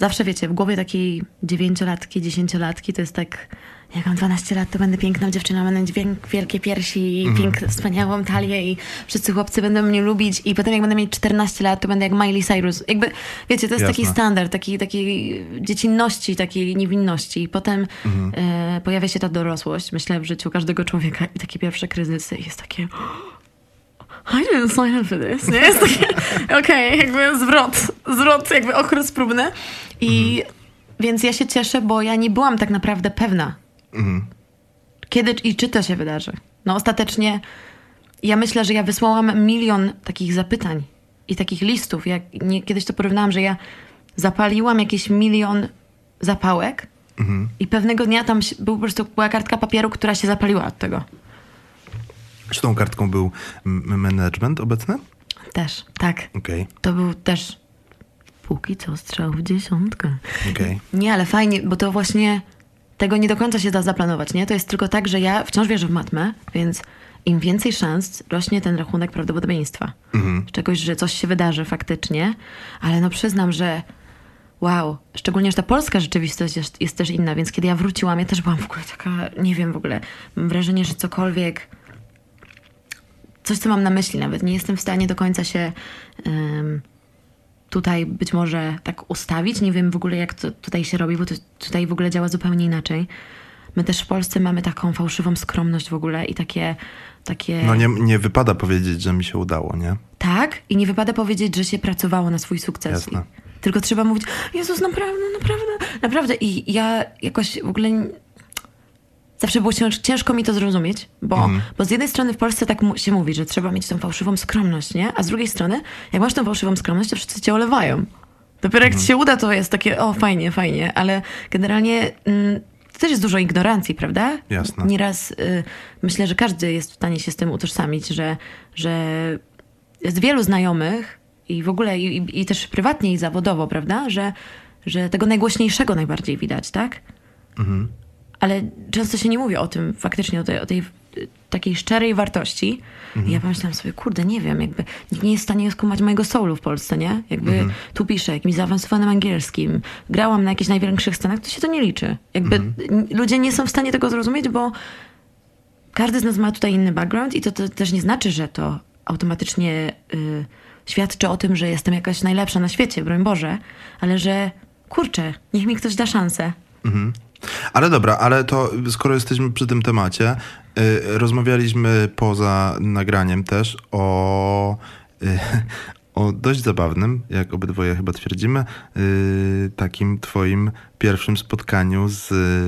zawsze wiecie, w głowie takiej 9-latki, 10-latki to jest tak, jak mam 12 lat, to będę piękną dziewczyną, będę mieć wielkie piersi i wspaniałą talię i wszyscy chłopcy będą mnie lubić i potem jak będę mieć 14 lat, to będę jak Miley Cyrus. Jakby, wiecie, to jest taki standard, takiej dziecinności, takiej niewinności. I potem pojawia się ta dorosłość, myślę, w życiu każdego człowieka i takie pierwsze kryzysy i jest takie... I didn't sign up for this. Nie? Jest takie, okej, jakby zwrot, jakby okres próbny. I więc ja się cieszę, bo ja nie byłam tak naprawdę pewna, kiedy i czy to się wydarzy. No ostatecznie ja myślę, że ja wysłałam 1 milion takich zapytań i takich listów. Kiedyś to porównałam, że ja zapaliłam jakieś 1 milion zapałek i pewnego dnia tam była kartka papieru, która się zapaliła od tego. Czy tą kartką był management obecny? Też, tak. Okay. To był też póki co strzał w 10. Okay. Nie, ale fajnie, bo to właśnie tego nie do końca się da zaplanować, nie? To jest tylko tak, że ja wciąż wierzę w matmę, więc im więcej szans, rośnie ten rachunek prawdopodobieństwa. Czegoś, że coś się wydarzy faktycznie, ale no przyznam, że wow, szczególnie, że ta polska rzeczywistość jest też inna, więc kiedy ja wróciłam, ja też byłam w ogóle taka, nie wiem w ogóle, mam wrażenie, że cokolwiek... Coś, co mam na myśli nawet. Nie jestem w stanie do końca się tutaj być może tak ustawić. Nie wiem w ogóle, jak to tutaj się robi, bo to tutaj w ogóle działa zupełnie inaczej. My też w Polsce mamy taką fałszywą skromność w ogóle i takie... No nie wypada powiedzieć, że mi się udało, nie? Tak. I nie wypada powiedzieć, że się pracowało na swój sukces. Jasne. Tylko trzeba mówić, Jezus, naprawdę. I ja jakoś w ogóle... Zawsze było ciężko mi to zrozumieć, bo z jednej strony w Polsce tak się mówi, że trzeba mieć tą fałszywą skromność, nie? A z drugiej strony, jak masz tą fałszywą skromność, to wszyscy cię olewają. Dopiero jak ci się uda, to jest takie, o fajnie, ale generalnie to też jest dużo ignorancji, prawda? Jasne. Nieraz myślę, że każdy jest w stanie się z tym utożsamić, że jest wielu znajomych i w ogóle i też prywatnie i zawodowo, prawda? Że tego najgłośniejszego najbardziej widać, tak? Ale często się nie mówi o tym, faktycznie o tej takiej szczerej wartości. I ja pomyślałam sobie, kurde, nie wiem, jakby nikt nie jest w stanie skumać mojego soulu w Polsce, nie? Jakby tu piszę jakimś zaawansowanym angielskim, grałam na jakichś największych scenach, to się to nie liczy. Jakby ludzie nie są w stanie tego zrozumieć, bo każdy z nas ma tutaj inny background i to też nie znaczy, że to automatycznie świadczy o tym, że jestem jakaś najlepsza na świecie, broń Boże, ale że kurczę, niech mi ktoś da szansę. Ale dobra, ale to skoro jesteśmy przy tym temacie, rozmawialiśmy poza nagraniem też o dość zabawnym, jak obydwoje chyba twierdzimy, takim twoim pierwszym spotkaniu z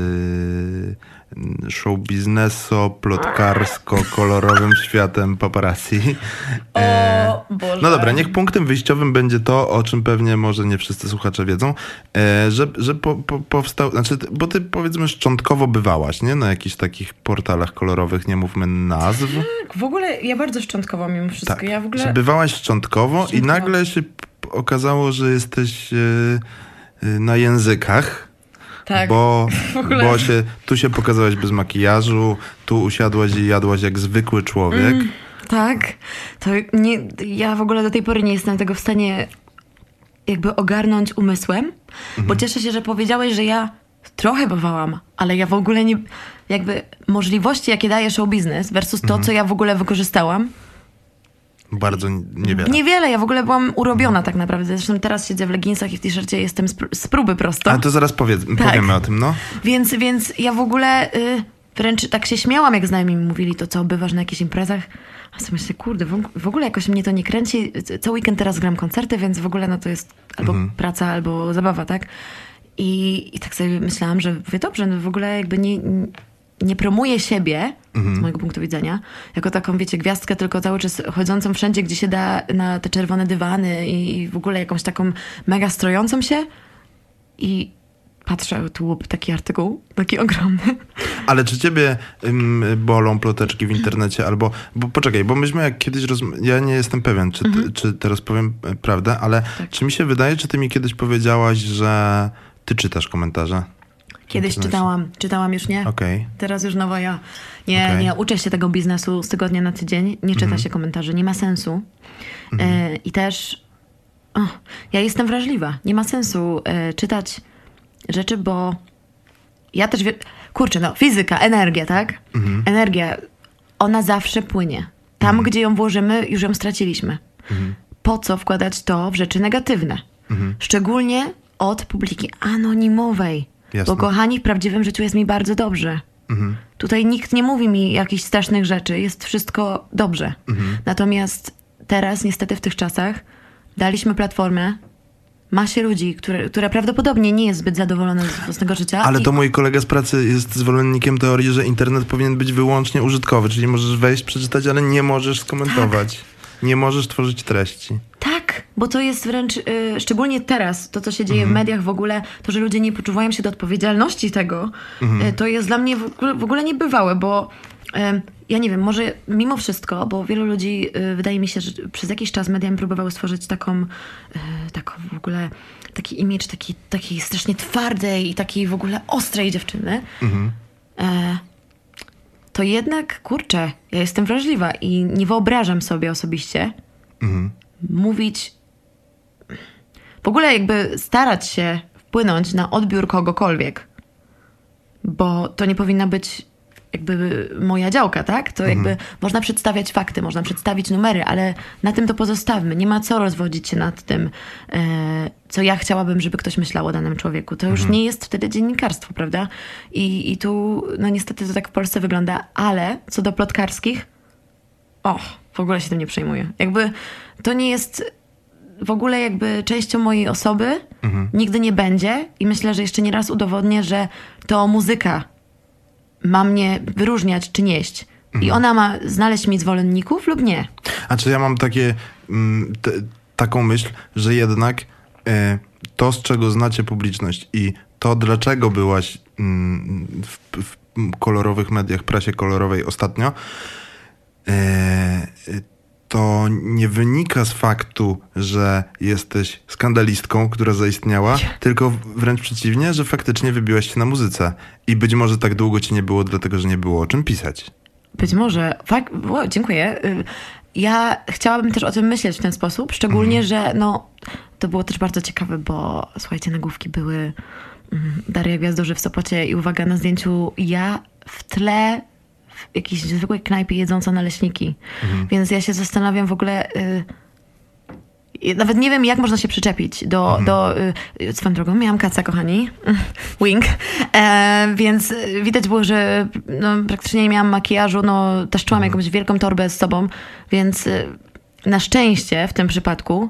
show bizneso-plotkarsko-kolorowym światem paparazzi. O Boże. No dobra, niech punktem wyjściowym będzie to, o czym pewnie może nie wszyscy słuchacze wiedzą, że powstał, znaczy, bo ty powiedzmy szczątkowo bywałaś, nie? Na jakichś takich portalach kolorowych, nie mówmy nazw. Tak, w ogóle ja bardzo szczątkowo mimo wszystko. Tak, ja w ogóle... że bywałaś szczątkowo i nagle się okazało, że jesteś na językach. Tak, bo tu się pokazałaś bez makijażu, tu usiadłaś i jadłaś jak zwykły człowiek. Tak, to nie, ja w ogóle do tej pory nie jestem tego w stanie jakby ogarnąć umysłem, bo cieszę się, że powiedziałeś, że ja trochę bywałam, ale ja w ogóle nie, jakby możliwości, jakie daje show biznes versus to, co ja w ogóle wykorzystałam. Bardzo niewiele. Niewiele, ja w ogóle byłam urobiona tak naprawdę. Zresztą teraz siedzę w leginsach i w t-shircie, jestem z próby prosto. Ale to zaraz powiemy o tym, no. Więc ja w ogóle wręcz tak się śmiałam, jak znajomi mi mówili to, co bywasz na jakichś imprezach. A sobie myślę, kurde, w ogóle jakoś mnie to nie kręci. Co weekend teraz gram koncerty, więc w ogóle no to jest albo praca, albo zabawa, tak? I tak sobie myślałam, że dobrze, no w ogóle jakby nie promuję siebie, z mojego punktu widzenia, jako taką, wiecie, gwiazdkę, tylko cały czas chodzącą wszędzie, gdzie się da, na te czerwone dywany i w ogóle jakąś taką mega strojącą się. I patrzę, tu taki artykuł, taki ogromny. Ale czy ciebie bolą ploteczki w internecie albo... Bo poczekaj, bo myśmy jak kiedyś... Ja nie jestem pewien, czy teraz powiem prawdę, ale tak. Czy mi się wydaje, czy ty mi kiedyś powiedziałaś, że ty czytasz komentarze? Kiedyś czytałam już nie. Okay. Teraz już nowo ja. Nie, uczę się tego biznesu z tygodnia na tydzień. Nie czyta się komentarzy, nie ma sensu. I też ja jestem wrażliwa. Nie ma sensu czytać rzeczy, bo ja też... fizyka, energia, tak? Energia, ona zawsze płynie. Tam, gdzie ją włożymy, już ją straciliśmy. Po co wkładać to w rzeczy negatywne? Szczególnie od publiki anonimowej. Jasne. Bo kochani, w prawdziwym życiu jest mi bardzo dobrze. Tutaj nikt nie mówi mi jakichś strasznych rzeczy. Jest wszystko dobrze. Natomiast teraz, niestety w tych czasach, daliśmy platformę masie ludzi, która prawdopodobnie nie jest zbyt zadowolona z własnego życia. Ale to mój kolega z pracy jest zwolennikiem teorii, że internet powinien być wyłącznie użytkowy, czyli możesz wejść, przeczytać, ale nie możesz skomentować. Tak. Nie możesz tworzyć treści. Tak, bo to jest wręcz, szczególnie teraz, to co się dzieje w mediach w ogóle, to, że ludzie nie poczuwają się do odpowiedzialności tego, to jest dla mnie w ogóle niebywałe, bo ja nie wiem, może mimo wszystko, bo wielu ludzi, wydaje mi się, że przez jakiś czas mediami próbowały stworzyć taką w ogóle, taki imidż takiej strasznie twardej i takiej w ogóle ostrej dziewczyny. To jednak, kurczę, ja jestem wrażliwa i nie wyobrażam sobie osobiście mówić, w ogóle jakby starać się wpłynąć na odbiór kogokolwiek, bo to nie powinna być jakby moja działka, tak? To jakby można przedstawiać fakty, można przedstawić numery, ale na tym to pozostawmy. Nie ma co rozwodzić się nad tym, co ja chciałabym, żeby ktoś myślał o danym człowieku. To już nie jest wtedy dziennikarstwo, prawda? I tu, no niestety to tak w Polsce wygląda, ale co do plotkarskich, w ogóle się tym nie przejmuję. Jakby to nie jest w ogóle jakby częścią mojej osoby, nigdy nie będzie i myślę, że jeszcze nie raz udowodnię, że to muzyka ma mnie wyróżniać czy nieść. I ona ma znaleźć mi zwolenników lub nie. A czy ja mam taką myśl, że jednak to, z czego znacie publiczność i to, dlaczego byłaś w kolorowych mediach, prasie kolorowej ostatnio, to nie wynika z faktu, że jesteś skandalistką, która zaistniała, tylko wręcz przeciwnie, że faktycznie wybiłaś się na muzyce. I być może tak długo ci nie było, dlatego że nie było o czym pisać. Być może. Dziękuję. Ja chciałabym też o tym myśleć w ten sposób, szczególnie, że to było też bardzo ciekawe, bo słuchajcie, nagłówki były Daria Gwiazdorzy w Sopocie i uwaga, na zdjęciu ja w tle w jakiejś zwykłej knajpie jedząca naleśniki. Więc ja się zastanawiam w ogóle... Nawet nie wiem, jak można się przyczepić do swoją drogą, miałam kaca, kochani. Wink. Więc widać było, że praktycznie nie miałam makijażu, też czułam jakąś wielką torbę z sobą, więc na szczęście w tym przypadku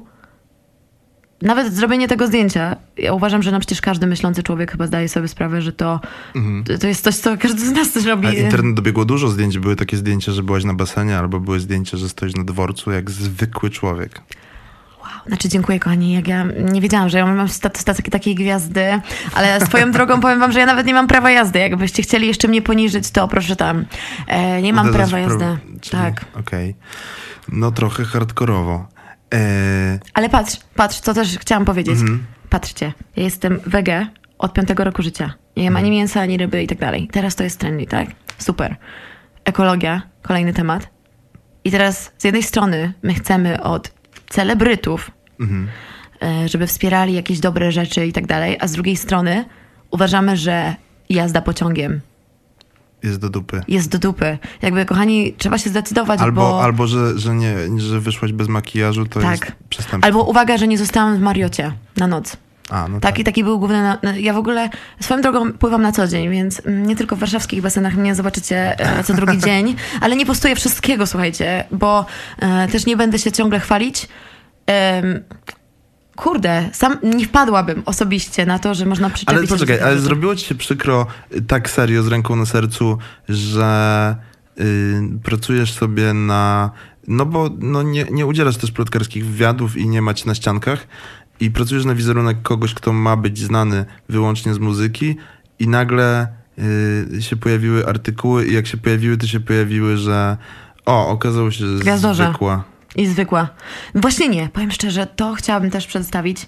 nawet zrobienie tego zdjęcia, ja uważam, że przecież każdy myślący człowiek chyba zdaje sobie sprawę, że to jest coś, co każdy z nas też robi. A internet dobiegło dużo zdjęć. Były takie zdjęcia, że byłaś na basenie, albo były zdjęcia, że stoisz na dworcu jak zwykły człowiek. Wow, dziękuję, kochani. Jak ja nie wiedziałam, że ja mam status takiej gwiazdy, ale swoją drogą powiem wam, że ja nawet nie mam prawa jazdy. Jakbyście chcieli jeszcze mnie poniżyć, to proszę tam. Nie mam prawa jazdy. Tak. Okej. Trochę hardkorowo. Ale patrz, co też chciałam powiedzieć. Patrzcie, ja jestem wege od 5 roku życia. Nie jem ani mięsa, ani ryby i tak dalej. Teraz to jest trendy, tak? Super. Ekologia, kolejny temat. I teraz z jednej strony my chcemy od celebrytów, żeby wspierali jakieś dobre rzeczy i tak dalej, a z drugiej strony uważamy, że jazda pociągiem jest do dupy. Jakby, kochani, trzeba się zdecydować, Albo, że wyszłaś bez makijażu, to jest przestępstwo. Albo uwaga, że nie zostałam w Mariocie na noc. Taki był główny... Ja w ogóle swoją drogą pływam na co dzień, więc nie tylko w warszawskich basenach mnie zobaczycie co drugi dzień, ale nie postuję wszystkiego, słuchajcie, bo też nie będę się ciągle chwalić. Sam nie wpadłabym osobiście na to, że można przyczepić... Ale poczekaj, ale zrobiło ci się przykro tak serio, z ręką na sercu, że pracujesz sobie na... bo nie udzielasz też plotkarskich wywiadów i nie macie na ściankach i pracujesz na wizerunek kogoś, kto ma być znany wyłącznie z muzyki i nagle się pojawiły artykuły i jak się pojawiły, to się pojawiły, że okazało się, że Gwiazdorze. zwykła. I zwykła. Właśnie nie. Powiem szczerze, to chciałabym też przedstawić.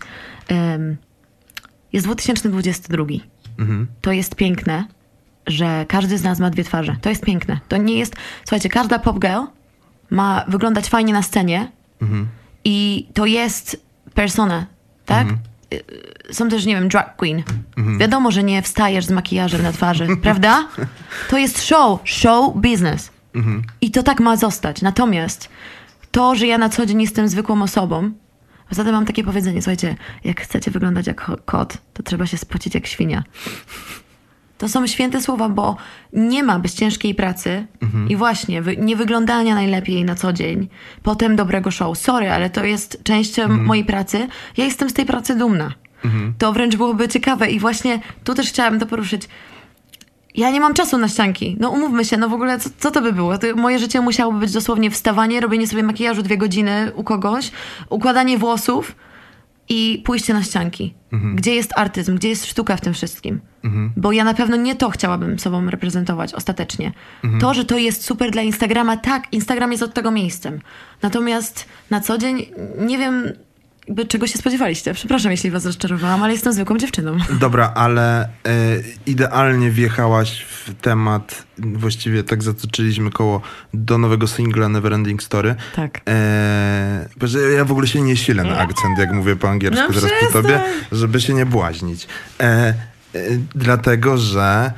Jest 2022. To jest piękne, że każdy z nas ma 2 twarze. To jest piękne. To nie jest... Słuchajcie, każda pop girl ma wyglądać fajnie na scenie i to jest persona, tak? Są też, nie wiem, drag queen. Wiadomo, że nie wstajesz z makijażem na twarzy, prawda? To jest show business. I to tak ma zostać. Natomiast to, że ja na co dzień jestem zwykłą osobą, zatem mam takie powiedzenie, słuchajcie, jak chcecie wyglądać jak kot, to trzeba się spocić jak świnia. To są święte słowa, bo nie ma bez ciężkiej pracy i właśnie nie wyglądania najlepiej na co dzień, potem dobrego show. Sorry, ale to jest część mojej pracy. Ja jestem z tej pracy dumna. To wręcz byłoby ciekawe i właśnie tu też chciałabym to poruszyć. Ja nie mam czasu na ścianki. No umówmy się, no w ogóle co to by było? Moje życie musiałoby być dosłownie wstawanie, robienie sobie makijażu 2 godziny u kogoś, układanie włosów i pójście na ścianki. Gdzie jest artyzm? Gdzie jest sztuka w tym wszystkim? Bo ja na pewno nie to chciałabym sobą reprezentować ostatecznie. To, że to jest super dla Instagrama, tak, Instagram jest od tego miejscem. Natomiast na co dzień nie wiem, czego się spodziewaliście. Przepraszam, jeśli was rozczarowałam, ale jestem zwykłą dziewczyną. Dobra, ale idealnie wjechałaś w temat, właściwie tak zatoczyliśmy koło do nowego singla Neverending Story. Tak. Ja w ogóle się nie silę na akcent, jak mówię po angielsku teraz przy tobie, żeby się nie błaźnić. Dlatego, że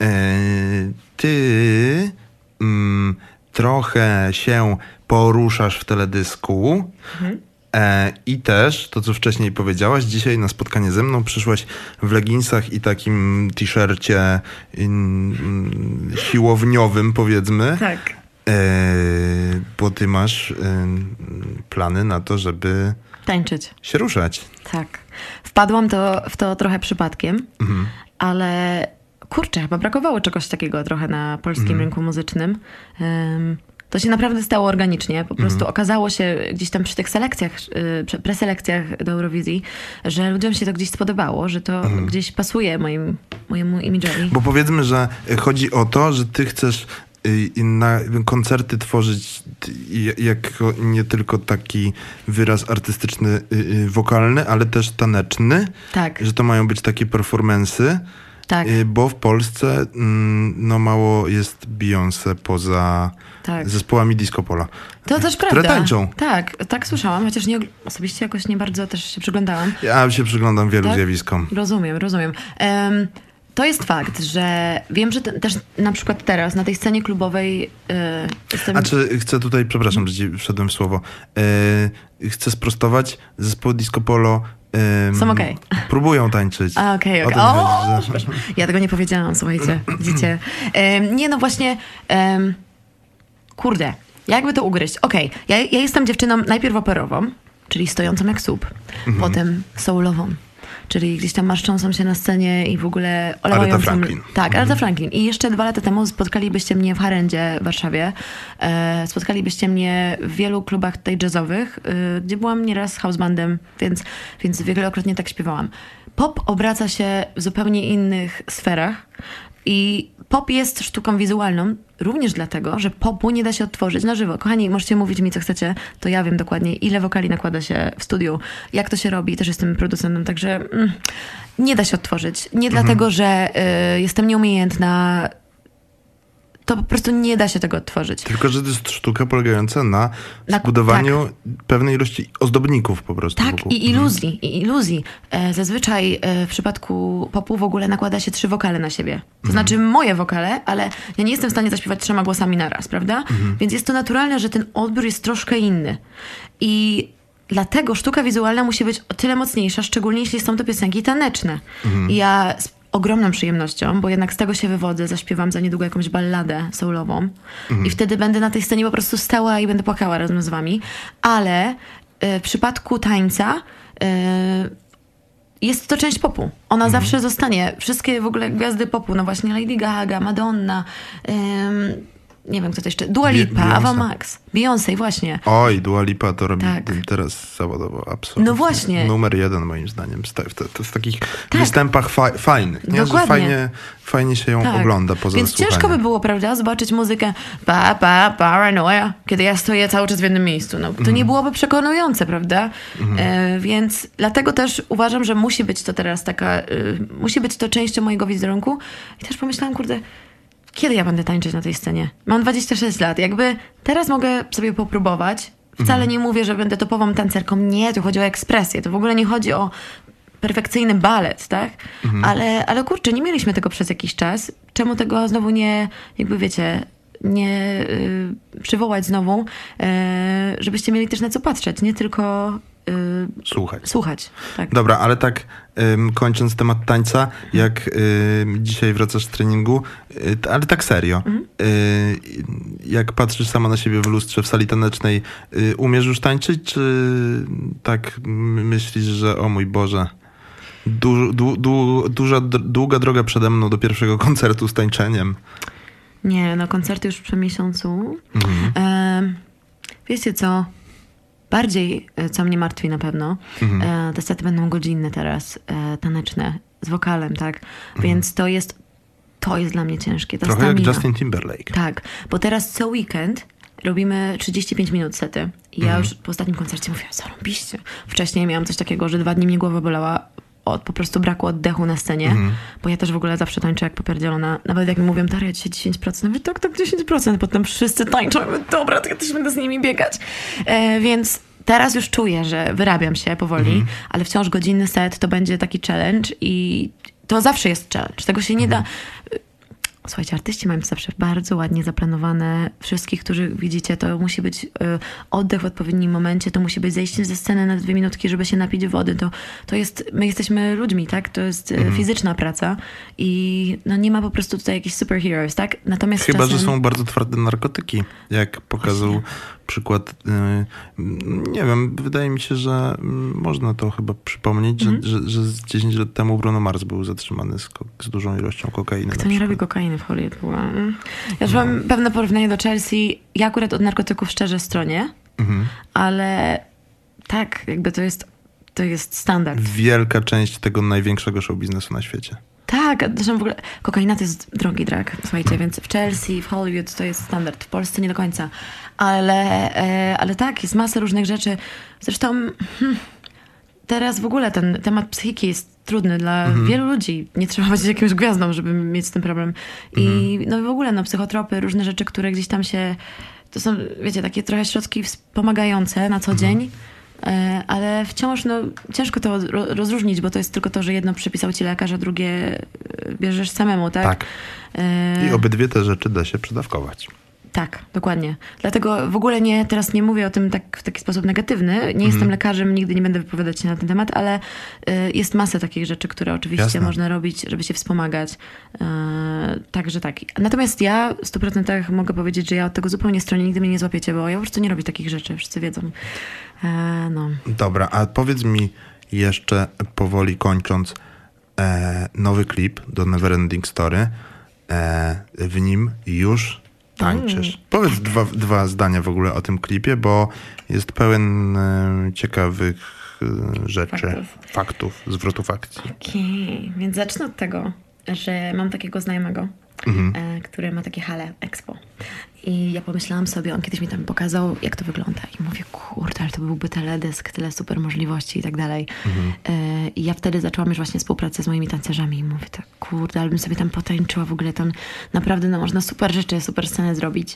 ty trochę się poruszasz w teledysku. I też, to co wcześniej powiedziałaś, dzisiaj na spotkanie ze mną przyszłaś w leginsach i takim t-shircie siłowniowym, powiedzmy. Tak. Bo ty masz plany na to, żeby tańczyć. Się ruszać. Tak. Wpadłam w to trochę przypadkiem, ale kurczę, chyba brakowało czegoś takiego trochę na polskim rynku muzycznym. To się naprawdę stało organicznie. Po prostu okazało się gdzieś tam przy tych selekcjach, preselekcjach do Eurowizji, że ludziom się to gdzieś spodobało, że to gdzieś pasuje mojemu imidżowi. Bo powiedzmy, że chodzi o to, że ty chcesz na koncerty tworzyć jako nie tylko taki wyraz artystyczny, wokalny, ale też taneczny. Tak. Że to mają być takie performance'y. Tak. Bo w Polsce no mało jest Beyoncé poza zespołami disco polo. To też które prawda. Tańczą. Tak słyszałam, chociaż osobiście jakoś nie bardzo też się przyglądałam. Ja się przyglądam wielu zjawiskom. Rozumiem. To jest fakt, że wiem, że też na przykład teraz na tej scenie klubowej jestem... A czy chcę tutaj, przepraszam, że ci wszedłem w słowo, chcę sprostować, zespoły disco polo są okej. Próbują tańczyć. Okej. Ja tego nie powiedziałam, słuchajcie, widzicie. Nie, no właśnie, kurde, jakby to ugryźć? Okej, ja jestem dziewczyną najpierw operową, czyli stojącą jak słup, potem soulową, czyli gdzieś tam marszczącą się na scenie i w ogóle olewającą... Aretha Franklin. Tak, Aretha Franklin. I jeszcze 2 lata temu spotkalibyście mnie w Harendzie w Warszawie. Spotkalibyście mnie w wielu klubach tutaj jazzowych, gdzie byłam nieraz house bandem, więc wielokrotnie tak śpiewałam. Pop obraca się w zupełnie innych sferach i pop jest sztuką wizualną, również dlatego, że popu nie da się odtworzyć na żywo. Kochani, możecie mówić mi, co chcecie, to ja wiem dokładnie, ile wokali nakłada się w studiu, jak to się robi, też jestem producentem, także nie da się odtworzyć. Nie dlatego, że jestem nieumiejętna, to po prostu nie da się tego odtworzyć. Tylko, że to jest sztuka polegająca na zbudowaniu pewnej ilości ozdobników po prostu. Tak, wokół. I iluzji. Zazwyczaj w przypadku popu w ogóle nakłada się 3 wokale na siebie. To znaczy moje wokale, ale ja nie jestem w stanie zaśpiewać 3 głosami naraz, prawda? Więc jest to naturalne, że ten odbiór jest troszkę inny. I dlatego sztuka wizualna musi być o tyle mocniejsza, szczególnie jeśli są to piosenki taneczne. I ja ogromną przyjemnością, bo jednak z tego się wywodzę, zaśpiewam za niedługo jakąś balladę soulową i wtedy będę na tej scenie po prostu stała i będę płakała razem z wami, ale w przypadku tańca jest to część popu. Ona zawsze zostanie. Wszystkie w ogóle gwiazdy popu, no właśnie Lady Gaga, Madonna, nie wiem kto to jeszcze, Dua Lipa, Ava Max, Beyoncé, właśnie. Oj, Dua Lipa to robi teraz zawodowo absolutnie. No właśnie. Numer 1 moim zdaniem. To w takich występach fajnych. Nie? Dokładnie. Że fajnie się ją ogląda poza Więc słuchaniem. ciężko by było, prawda, zobaczyć muzykę paranoia, kiedy ja stoję cały czas w jednym miejscu. No, to nie byłoby przekonujące, prawda? Więc dlatego też uważam, że musi być to teraz musi być to częścią mojego wizerunku. I też pomyślałam, kurde, kiedy ja będę tańczyć na tej scenie? Mam 26 lat. Jakby teraz mogę sobie popróbować Wcale nie mówię, że będę topową tancerką. Nie, tu chodzi o ekspresję. To w ogóle nie chodzi o perfekcyjny balet, tak? Ale kurczę, nie mieliśmy tego przez jakiś czas. Czemu tego znowu nie, jakby wiecie, nie przywołać znowu, żebyście mieli też na co patrzeć, nie tylko słuchać. Tak. Dobra, ale tak kończąc temat tańca, jak dzisiaj wracasz z treningu, ale tak serio, jak patrzysz sama na siebie w lustrze w sali tanecznej, umiesz już tańczyć, czy tak myślisz, że o mój Boże, długa droga przede mną do pierwszego koncertu z tańczeniem? Nie, no koncerty już po miesiącu. Wiecie co? Bardziej, co mnie martwi na pewno, te sety będą godzinne teraz, taneczne, z wokalem, tak? Więc to jest dla mnie ciężkie. Ta Trochę stamina. jak Justin Timberlake. Tak, bo teraz co weekend robimy 35 minut sety. I ja już po ostatnim koncercie mówię, zarąbiście. Wcześniej miałam coś takiego, że 2 dni mnie głowa bolała od po prostu braku oddechu na scenie, bo ja też w ogóle zawsze tańczę jak popierdzielona. Nawet jak mi mówią, Daria, dzisiaj 10%, mówię, tak, 10%, potem wszyscy tańczą, mówię, dobra, to ja też będę z nimi biegać. Więc teraz już czuję, że wyrabiam się powoli, ale wciąż godzinny set to będzie taki challenge i to zawsze jest challenge. Tego się nie da... Słuchajcie, artyści mają zawsze bardzo ładnie zaplanowane. Wszystkich, którzy widzicie, to musi być oddech w odpowiednim momencie, to musi być zejście ze sceny na 2 minutki, żeby się napić wody. To jest, my jesteśmy ludźmi, tak? To jest fizyczna praca i no nie ma po prostu tutaj jakichś superheroes, tak? Natomiast Chyba, czasem... że są bardzo twarde narkotyki, jak pokazał przykład, nie wiem, wydaje mi się, że można to chyba przypomnieć, że z 10 lat temu Bruno Mars był zatrzymany z dużą ilością kokainy. Kto nie robi kokainy w Hollywood? Ja już mam pewne porównanie do Chelsea. Ja akurat od narkotyków szczerze stronię, ale tak, jakby to jest standard. Wielka część tego największego show biznesu na świecie. Tak, zresztą w ogóle kokaina to jest drogi drag, słuchajcie, więc w Chelsea, w Hollywood to jest standard, w Polsce nie do końca. Ale tak, jest masa różnych rzeczy. Zresztą teraz w ogóle ten temat psychiki jest trudny dla wielu ludzi. Nie trzeba być jakimś gwiazdą, żeby mieć z tym problem. I no w ogóle psychotropy, różne rzeczy, które gdzieś tam się... To są, wiecie, takie trochę środki wspomagające na co dzień. Ale wciąż ciężko to rozróżnić, bo to jest tylko to, że jedno przypisał ci lekarz, a drugie bierzesz samemu, tak? Tak. I obydwie te rzeczy da się przedawkować. Tak, dokładnie. Dlatego w ogóle teraz nie mówię o tym w taki sposób negatywny. Nie jestem lekarzem, nigdy nie będę wypowiadać się na ten temat, ale jest masa takich rzeczy, które oczywiście można robić, żeby się wspomagać. Także tak. Natomiast ja w 100% mogę powiedzieć, że ja od tego zupełnie stronię, nigdy mnie nie złapiecie, bo ja po prostu nie robię takich rzeczy, wszyscy wiedzą. Dobra, a powiedz mi jeszcze powoli kończąc, nowy klip do Neverending Story, w nim już tańczysz. Powiedz dwa zdania w ogóle o tym klipie, bo jest pełen ciekawych rzeczy, faktów, zwrotów akcji. Okej, więc zacznę od tego, że mam takiego znajomego, który ma takie hale Expo. I ja pomyślałam sobie, on kiedyś mi tam pokazał, jak to wygląda. I mówię, kurde, ale to byłby teledysk, tyle super możliwości i tak dalej. I ja wtedy zaczęłam już właśnie współpracę z moimi tancerzami. I mówię tak, kurde, ale bym sobie tam potańczyła w ogóle. Tam naprawdę można super rzeczy, super scenę zrobić.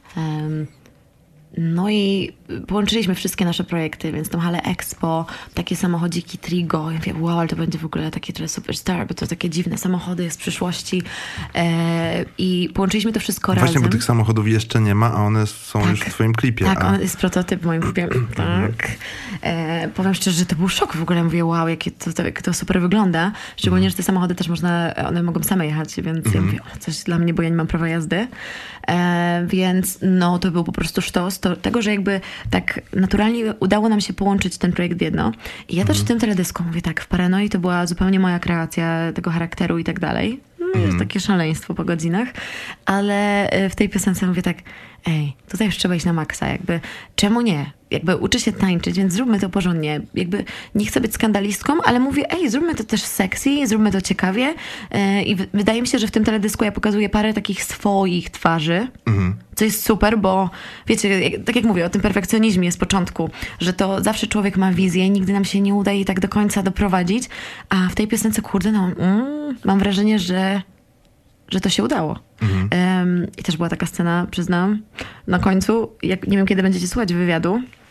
No i połączyliśmy wszystkie nasze projekty, więc tą halę Expo, takie samochodziki Trigo. Ja mówię, wow, ale to będzie w ogóle takie trochę superstar, bo to takie dziwne samochody z przyszłości. I połączyliśmy to wszystko razem. Właśnie, bo tych samochodów jeszcze nie ma, a one są już w twoim klipie. Tak, on jest prototyp w moim klipie. Tak. Powiem szczerze, że to był szok w ogóle. Mówię, wow, jak to super wygląda. Szczególnie, że te samochody też one mogą same jechać, więc ja mówię, coś dla mnie, bo ja nie mam prawa jazdy. Więc to był po prostu sztos tego, że jakby tak naturalnie udało nam się połączyć ten projekt w jedno. I ja też w tym teledysku mówię tak, w Paranoi to była zupełnie moja kreacja tego charakteru i tak dalej. Jest takie szaleństwo po godzinach. Ale w tej piosence mówię tak, tutaj już trzeba iść na maksa, jakby czemu nie? Jakby uczę się tańczyć, więc zróbmy to porządnie. Jakby nie chcę być skandalistką, ale mówię, zróbmy to też sexy, zróbmy to ciekawie. I wydaje mi się, że w tym teledysku ja pokazuję parę takich swoich twarzy, co jest super, bo wiecie, tak jak mówię o tym perfekcjonizmie z początku, że to zawsze człowiek ma wizję i nigdy nam się nie uda jej tak do końca doprowadzić, a w tej piosence, kurde, mam wrażenie, że to się udało. I też była taka scena, przyznam, na końcu, nie wiem kiedy będziecie słuchać wywiadu,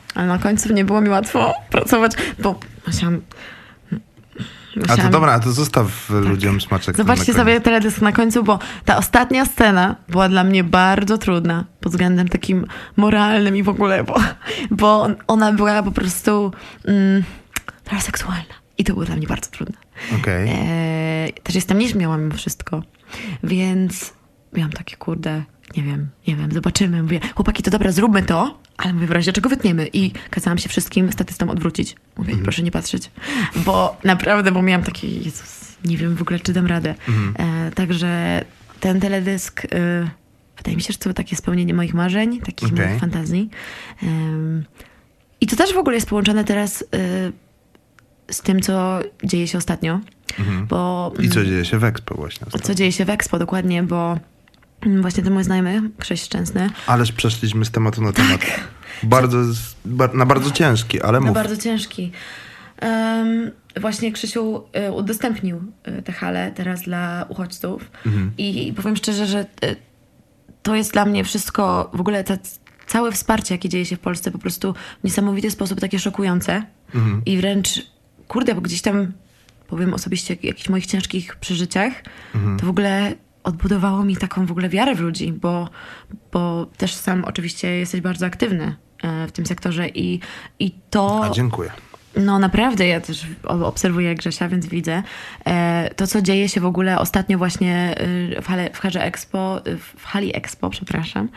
Ale na końcu nie było mi łatwo pracować, bo musiałam... A to dobra, a to zostaw ludziom smaczek. Zobaczcie sobie teledysk na końcu, bo ta ostatnia scena była dla mnie bardzo trudna pod względem takim moralnym i w ogóle, bo ona była po prostu trochę seksualna. I to było dla mnie bardzo trudne. Okay. Też jestem nieśmiała mimo wszystko, więc miałam takie, kurde, nie wiem, zobaczymy. Mówię, chłopaki, to dobra, zróbmy to, ale mówię, w razie czego wytniemy. I kazałam się wszystkim statystom odwrócić. Mówię, proszę nie patrzeć. Bo naprawdę, bo miałam takie, Jezus, nie wiem w ogóle, czy dam radę. Także ten teledysk, wydaje mi się, że to takie spełnienie moich marzeń, takich moich fantazji. I to też w ogóle jest połączone teraz z tym, co dzieje się ostatnio. Bo, i co dzieje się w Expo właśnie. Co dzieje się w Expo, dokładnie, bo właśnie ten mój znajomy, Krzyś Szczęsny. Ależ przeszliśmy z tematu na temat. Na bardzo ciężki, ale mów. Na bardzo ciężki. Właśnie Krzysiu udostępnił tę halę teraz dla uchodźców. I powiem szczerze, że to jest dla mnie wszystko, w ogóle całe wsparcie, jakie dzieje się w Polsce, po prostu w niesamowity sposób takie szokujące. I wręcz, kurde, bo gdzieś tam, powiem osobiście, o jakichś moich ciężkich przeżyciach, to w ogóle odbudowało mi taką w ogóle wiarę w ludzi, bo też sam oczywiście jesteś bardzo aktywny w tym sektorze i to... A dziękuję. No naprawdę, ja też obserwuję Grzesia, więc widzę. To, co dzieje się w ogóle ostatnio właśnie w hali Expo, przepraszam.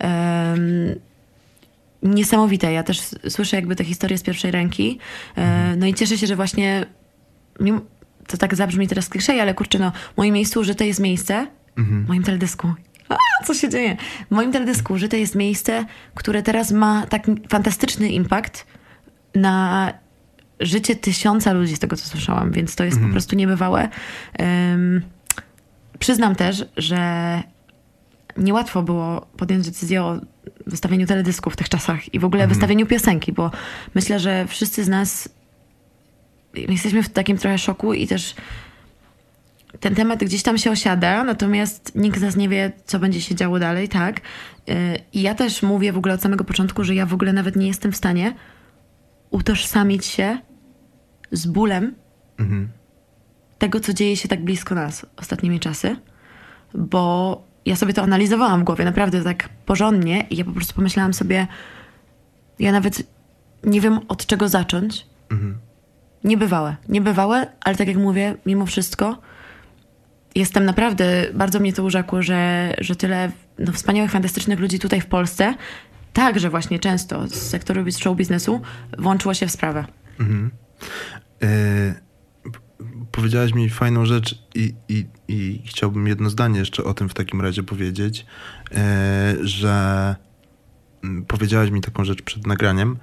Niesamowite. Ja też słyszę jakby tę historię z pierwszej ręki. No i cieszę się, że właśnie, to tak zabrzmi teraz kliszej, ale kurczę, no, w moim miejscu użyte jest miejsce, w moim teledysku. Co się dzieje? W moim teledysku użyte jest miejsce, które teraz ma tak fantastyczny impact na życie 1000 ludzi, z tego co słyszałam, więc to jest po prostu niebywałe. Przyznam też, że niełatwo było podjąć decyzję o wystawieniu teledysku w tych czasach i w ogóle wystawieniu piosenki, bo myślę, że wszyscy z nas jesteśmy w takim trochę szoku i też ten temat gdzieś tam się osiada, natomiast nikt z nas nie wie, co będzie się działo dalej, tak? I ja też mówię w ogóle od samego początku, że ja w ogóle nawet nie jestem w stanie utożsamić się z bólem tego, co dzieje się tak blisko nas ostatnimi czasy, bo ja sobie to analizowałam w głowie naprawdę tak porządnie i ja po prostu pomyślałam sobie, ja nawet nie wiem, od czego zacząć. Niebywałe, ale tak jak mówię, mimo wszystko jestem naprawdę, bardzo mnie to urzekło, że tyle wspaniałych, fantastycznych ludzi tutaj w Polsce, także właśnie często z sektoru show biznesu, włączyło się w sprawę. Powiedziałaś mi fajną rzecz i chciałbym jedno zdanie jeszcze o tym w takim razie powiedzieć, że powiedziałaś mi taką rzecz przed nagraniem,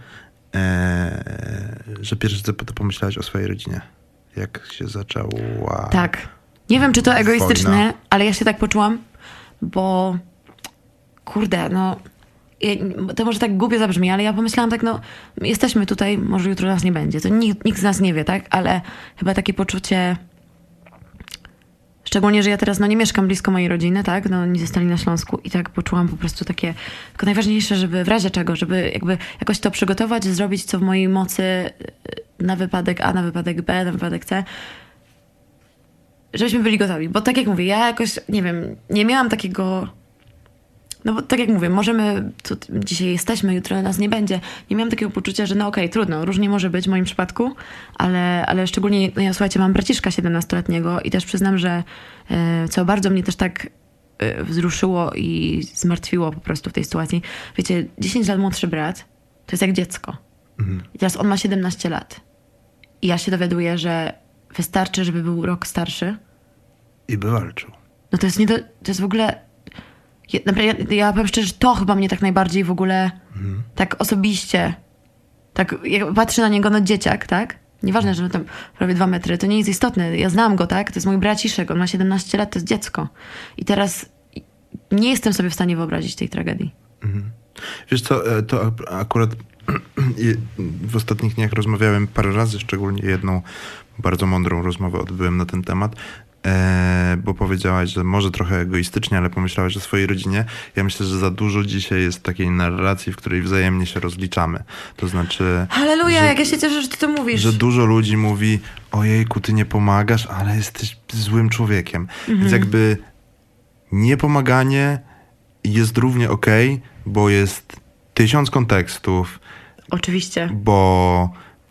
że pierwszy co to pomyślałaś o swojej rodzinie. Jak się zaczęła... Tak. Nie wiem, czy to egoistyczne, wojna. ale ja się tak poczułam, bo kurde, no to może tak głupio zabrzmi, ale ja pomyślałam tak, no jesteśmy tutaj, może jutro nas nie będzie. To nikt z nas nie wie, tak? Ale chyba takie poczucie, szczególnie, że ja teraz nie mieszkam blisko mojej rodziny, tak? No oni zostali na Śląsku i tak poczułam po prostu takie, tylko najważniejsze, żeby w razie czego, żeby jakby jakoś to przygotować, zrobić co w mojej mocy na wypadek A, na wypadek B, na wypadek C, żebyśmy byli gotowi. Bo tak jak mówię, ja jakoś, nie wiem, nie miałam takiego... No bo tak jak mówię, możemy, tu dzisiaj jesteśmy, jutro nas nie będzie. Nie miałam takiego poczucia, że okej, trudno, różnie może być w moim przypadku, ale szczególnie, ja słuchajcie, mam braciszka 17-letniego i też przyznam, że co bardzo mnie też tak wzruszyło i zmartwiło po prostu w tej sytuacji. Wiecie, 10 lat młodszy brat to jest jak dziecko. I teraz on ma 17 lat. I ja się dowiaduję, że wystarczy, żeby był rok starszy. I by walczył. No to jest w ogóle... Ja powiem szczerze, że to chyba mnie tak najbardziej w ogóle tak osobiście, tak jak patrzę na niego, dzieciak, tak? Nieważne, że tam prawie 2 metry, to nie jest istotne. Ja znam go, tak? To jest mój braciszek, on ma 17 lat, to jest dziecko. I teraz nie jestem sobie w stanie wyobrazić tej tragedii. Wiesz co, to akurat w ostatnich dniach rozmawiałem parę razy, szczególnie jedną bardzo mądrą rozmowę odbyłem na ten temat. bo powiedziałaś, że może trochę egoistycznie, ale pomyślałaś o swojej rodzinie. Ja myślę, że za dużo dzisiaj jest takiej narracji, w której wzajemnie się rozliczamy. To znaczy... Halleluja, jak ja się cieszę, że ty to mówisz. Że dużo ludzi mówi, ojejku, ty nie pomagasz, ale jesteś złym człowiekiem. Więc jakby niepomaganie jest równie okej, bo jest 1000 kontekstów. Oczywiście. Bo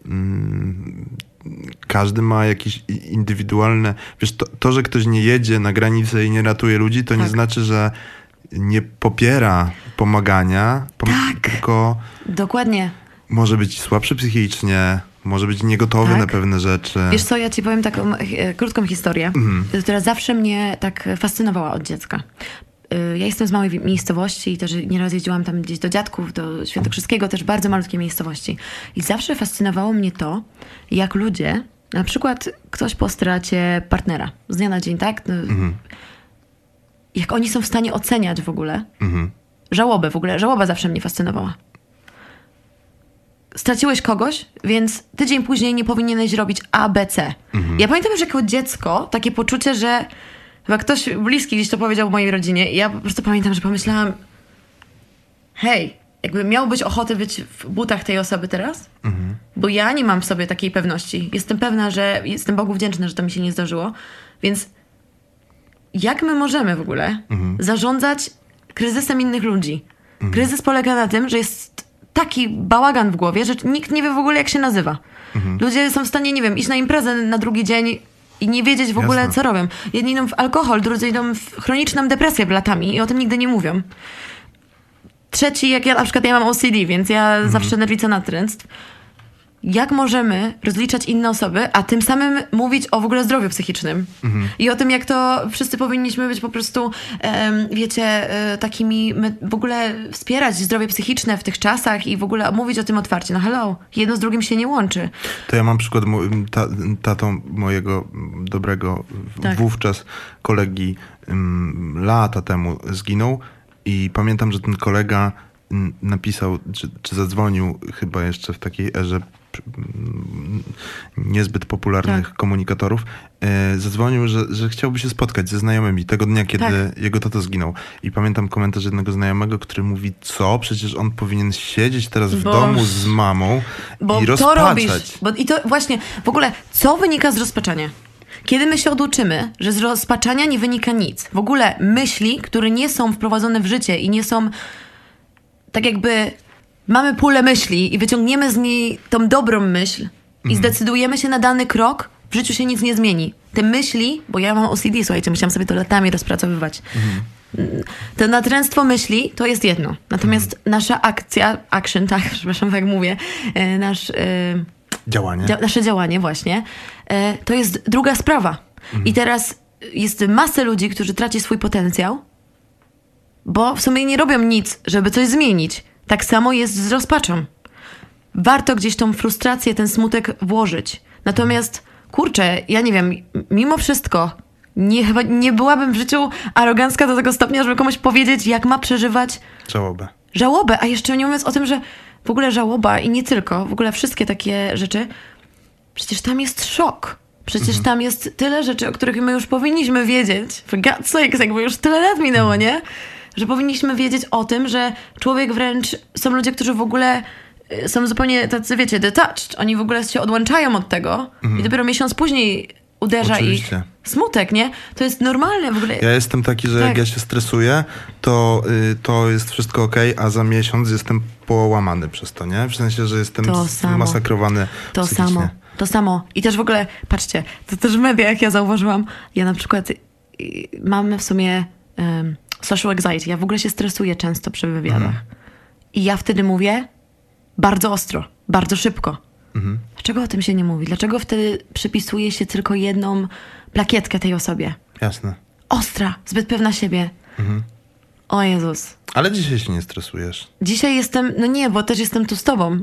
każdy ma jakieś indywidualne... Wiesz, to, że ktoś nie jedzie na granicę i nie ratuje ludzi, to nie znaczy, że nie popiera pomagania, tylko... Dokładnie. Może być słabszy psychicznie, może być niegotowy na pewne rzeczy. Wiesz co, ja ci powiem taką krótką historię, która zawsze mnie tak fascynowała od dziecka. Ja jestem z małej miejscowości i też nieraz jeździłam tam gdzieś do dziadków, do Świętokrzyskiego, też bardzo malutkiej miejscowości. I zawsze fascynowało mnie to, jak ludzie, na przykład ktoś po stracie partnera, z dnia na dzień, tak? Jak oni są w stanie oceniać w ogóle żałobę w ogóle. Żałoba zawsze mnie fascynowała. Straciłeś kogoś, więc tydzień później nie powinieneś robić A, B, C. Ja pamiętam już jako dziecko takie poczucie, że chyba ktoś bliski gdzieś to powiedział w mojej rodzinie i ja po prostu pamiętam, że pomyślałam, hej, jakby miałbyś ochotę być w butach tej osoby teraz? Bo ja nie mam w sobie takiej pewności. Jestem pewna, że jestem Bogu wdzięczna, że to mi się nie zdarzyło. Więc jak my możemy w ogóle zarządzać kryzysem innych ludzi? Kryzys polega na tym, że jest taki bałagan w głowie, że nikt nie wie w ogóle, jak się nazywa. Ludzie są w stanie, nie wiem, iść na imprezę na drugi dzień i nie wiedzieć w ogóle, co robią. Jedni idą w alkohol, drudzy idą w chroniczną depresję latami i o tym nigdy nie mówią. Trzeci, jak ja na przykład, ja mam OCD, więc ja zawsze nerwica natręctw. Jak możemy rozliczać inne osoby, a tym samym mówić o w ogóle zdrowiu psychicznym. I o tym, jak to wszyscy powinniśmy być po prostu, wiecie, takimi, w ogóle wspierać zdrowie psychiczne w tych czasach i w ogóle mówić o tym otwarcie. No hello, jedno z drugim się nie łączy. To ja mam przykład tatą mojego dobrego wówczas kolegi lata temu zginął i pamiętam, że ten kolega napisał, czy zadzwonił chyba jeszcze w takiej erze niezbyt popularnych komunikatorów, zadzwonił, że chciałby się spotkać ze znajomymi tego dnia, kiedy jego tata zginął. I pamiętam komentarz jednego znajomego, który mówi, co? Przecież on powinien siedzieć teraz w domu z mamą i rozpaczać. I to właśnie, w ogóle, co wynika z rozpaczania? Kiedy my się oduczymy, że z rozpaczania nie wynika nic. W ogóle myśli, które nie są wprowadzone w życie i nie są tak jakby... Mamy pulę myśli i wyciągniemy z niej tą dobrą myśl i zdecydujemy się na dany krok, w życiu się nic nie zmieni. Te myśli, bo ja mam OCD, słuchajcie, musiałam sobie to latami rozpracowywać. To natręctwo myśli to jest jedno. Natomiast nasza action, tak, przepraszam, tak mówię, nasze działanie właśnie, to jest druga sprawa. I teraz jest masę ludzi, którzy traci swój potencjał, bo w sumie nie robią nic, żeby coś zmienić. Tak samo jest z rozpaczą. Warto gdzieś tą frustrację, ten smutek włożyć. Natomiast, kurczę, ja nie wiem, mimo wszystko chyba nie byłabym w życiu arogancka do tego stopnia, żeby komuś powiedzieć, jak ma przeżywać żałobę. A jeszcze nie mówiąc o tym, że w ogóle żałoba i nie tylko, w ogóle wszystkie takie rzeczy, przecież tam jest szok. Przecież tam jest tyle rzeczy, o których my już powinniśmy wiedzieć. For God's sake, jakby już tyle lat minęło, nie? Że powinniśmy wiedzieć o tym, że człowiek wręcz... Są ludzie, którzy w ogóle są zupełnie tacy, wiecie, detached. Oni w ogóle się odłączają od tego i dopiero miesiąc później uderza ich smutek, nie? To jest normalne w ogóle. Ja jestem taki, że jak ja się stresuję, to jest wszystko okej, a za miesiąc jestem połamany przez to, nie? W sensie, że jestem zmasakrowany psychicznie. To samo. I też w ogóle, patrzcie, to też w mediach ja zauważyłam, ja na przykład mam w sumie... social anxiety. Ja w ogóle się stresuję często przy wywiadach. I ja wtedy mówię bardzo ostro, bardzo szybko. Dlaczego o tym się nie mówi? Dlaczego wtedy przypisuje się tylko jedną plakietkę tej osobie? Jasne. Ostra, zbyt pewna siebie. O Jezus. Ale dzisiaj się nie stresujesz. Dzisiaj jestem, no nie, bo też jestem tu z tobą.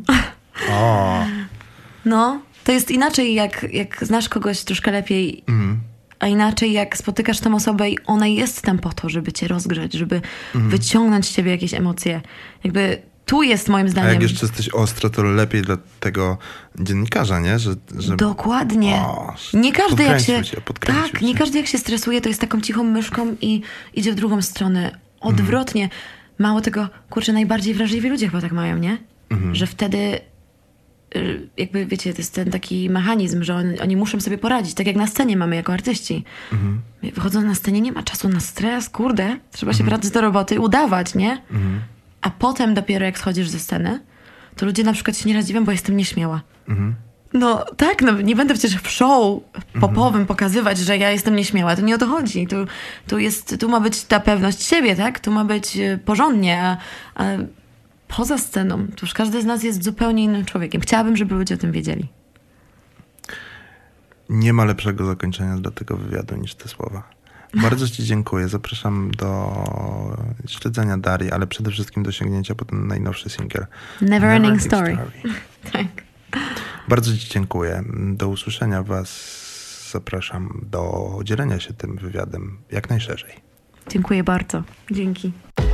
No, to jest inaczej, jak znasz kogoś troszkę lepiej, a inaczej jak spotykasz tę osobę i ona jest tam po to, żeby cię rozgrzać, żeby wyciągnąć z ciebie jakieś emocje. Jakby tu jest moim A zdaniem... jak jeszcze jesteś ostro, to lepiej dla tego dziennikarza, nie? Że Dokładnie. O, Nie każdy jak się... podkręcił Tak, się. nie każdy jak się stresuje, to jest taką cichą myszką i idzie w drugą stronę. Odwrotnie. Mało tego, kurczę, najbardziej wrażliwi ludzie chyba tak mają, nie? Że wtedy jakby, wiecie, to jest ten taki mechanizm, że oni muszą sobie poradzić. Tak jak na scenie mamy jako artyści. Wychodząc na scenie, nie ma czasu na stres, kurde. Trzeba się brać do roboty, udawać, nie? A potem dopiero jak schodzisz ze sceny, to ludzie na przykład się nie dziwią, bo jestem nieśmiała. No tak, no nie będę przecież w show popowym pokazywać, że ja jestem nieśmiała. To nie o to chodzi. Tu ma być ta pewność siebie, tak? Tu ma być porządnie, a poza sceną to już każdy z nas jest zupełnie innym człowiekiem. Chciałabym, żeby ludzie o tym wiedzieli. Nie ma lepszego zakończenia dla tego wywiadu niż te słowa. Bardzo ci dziękuję. Zapraszam do śledzenia Darii, ale przede wszystkim do sięgnięcia po ten najnowszy singiel. Neverending Story. Tak. Bardzo ci dziękuję. Do usłyszenia was. Zapraszam do dzielenia się tym wywiadem jak najszerzej. Dziękuję bardzo. Dzięki.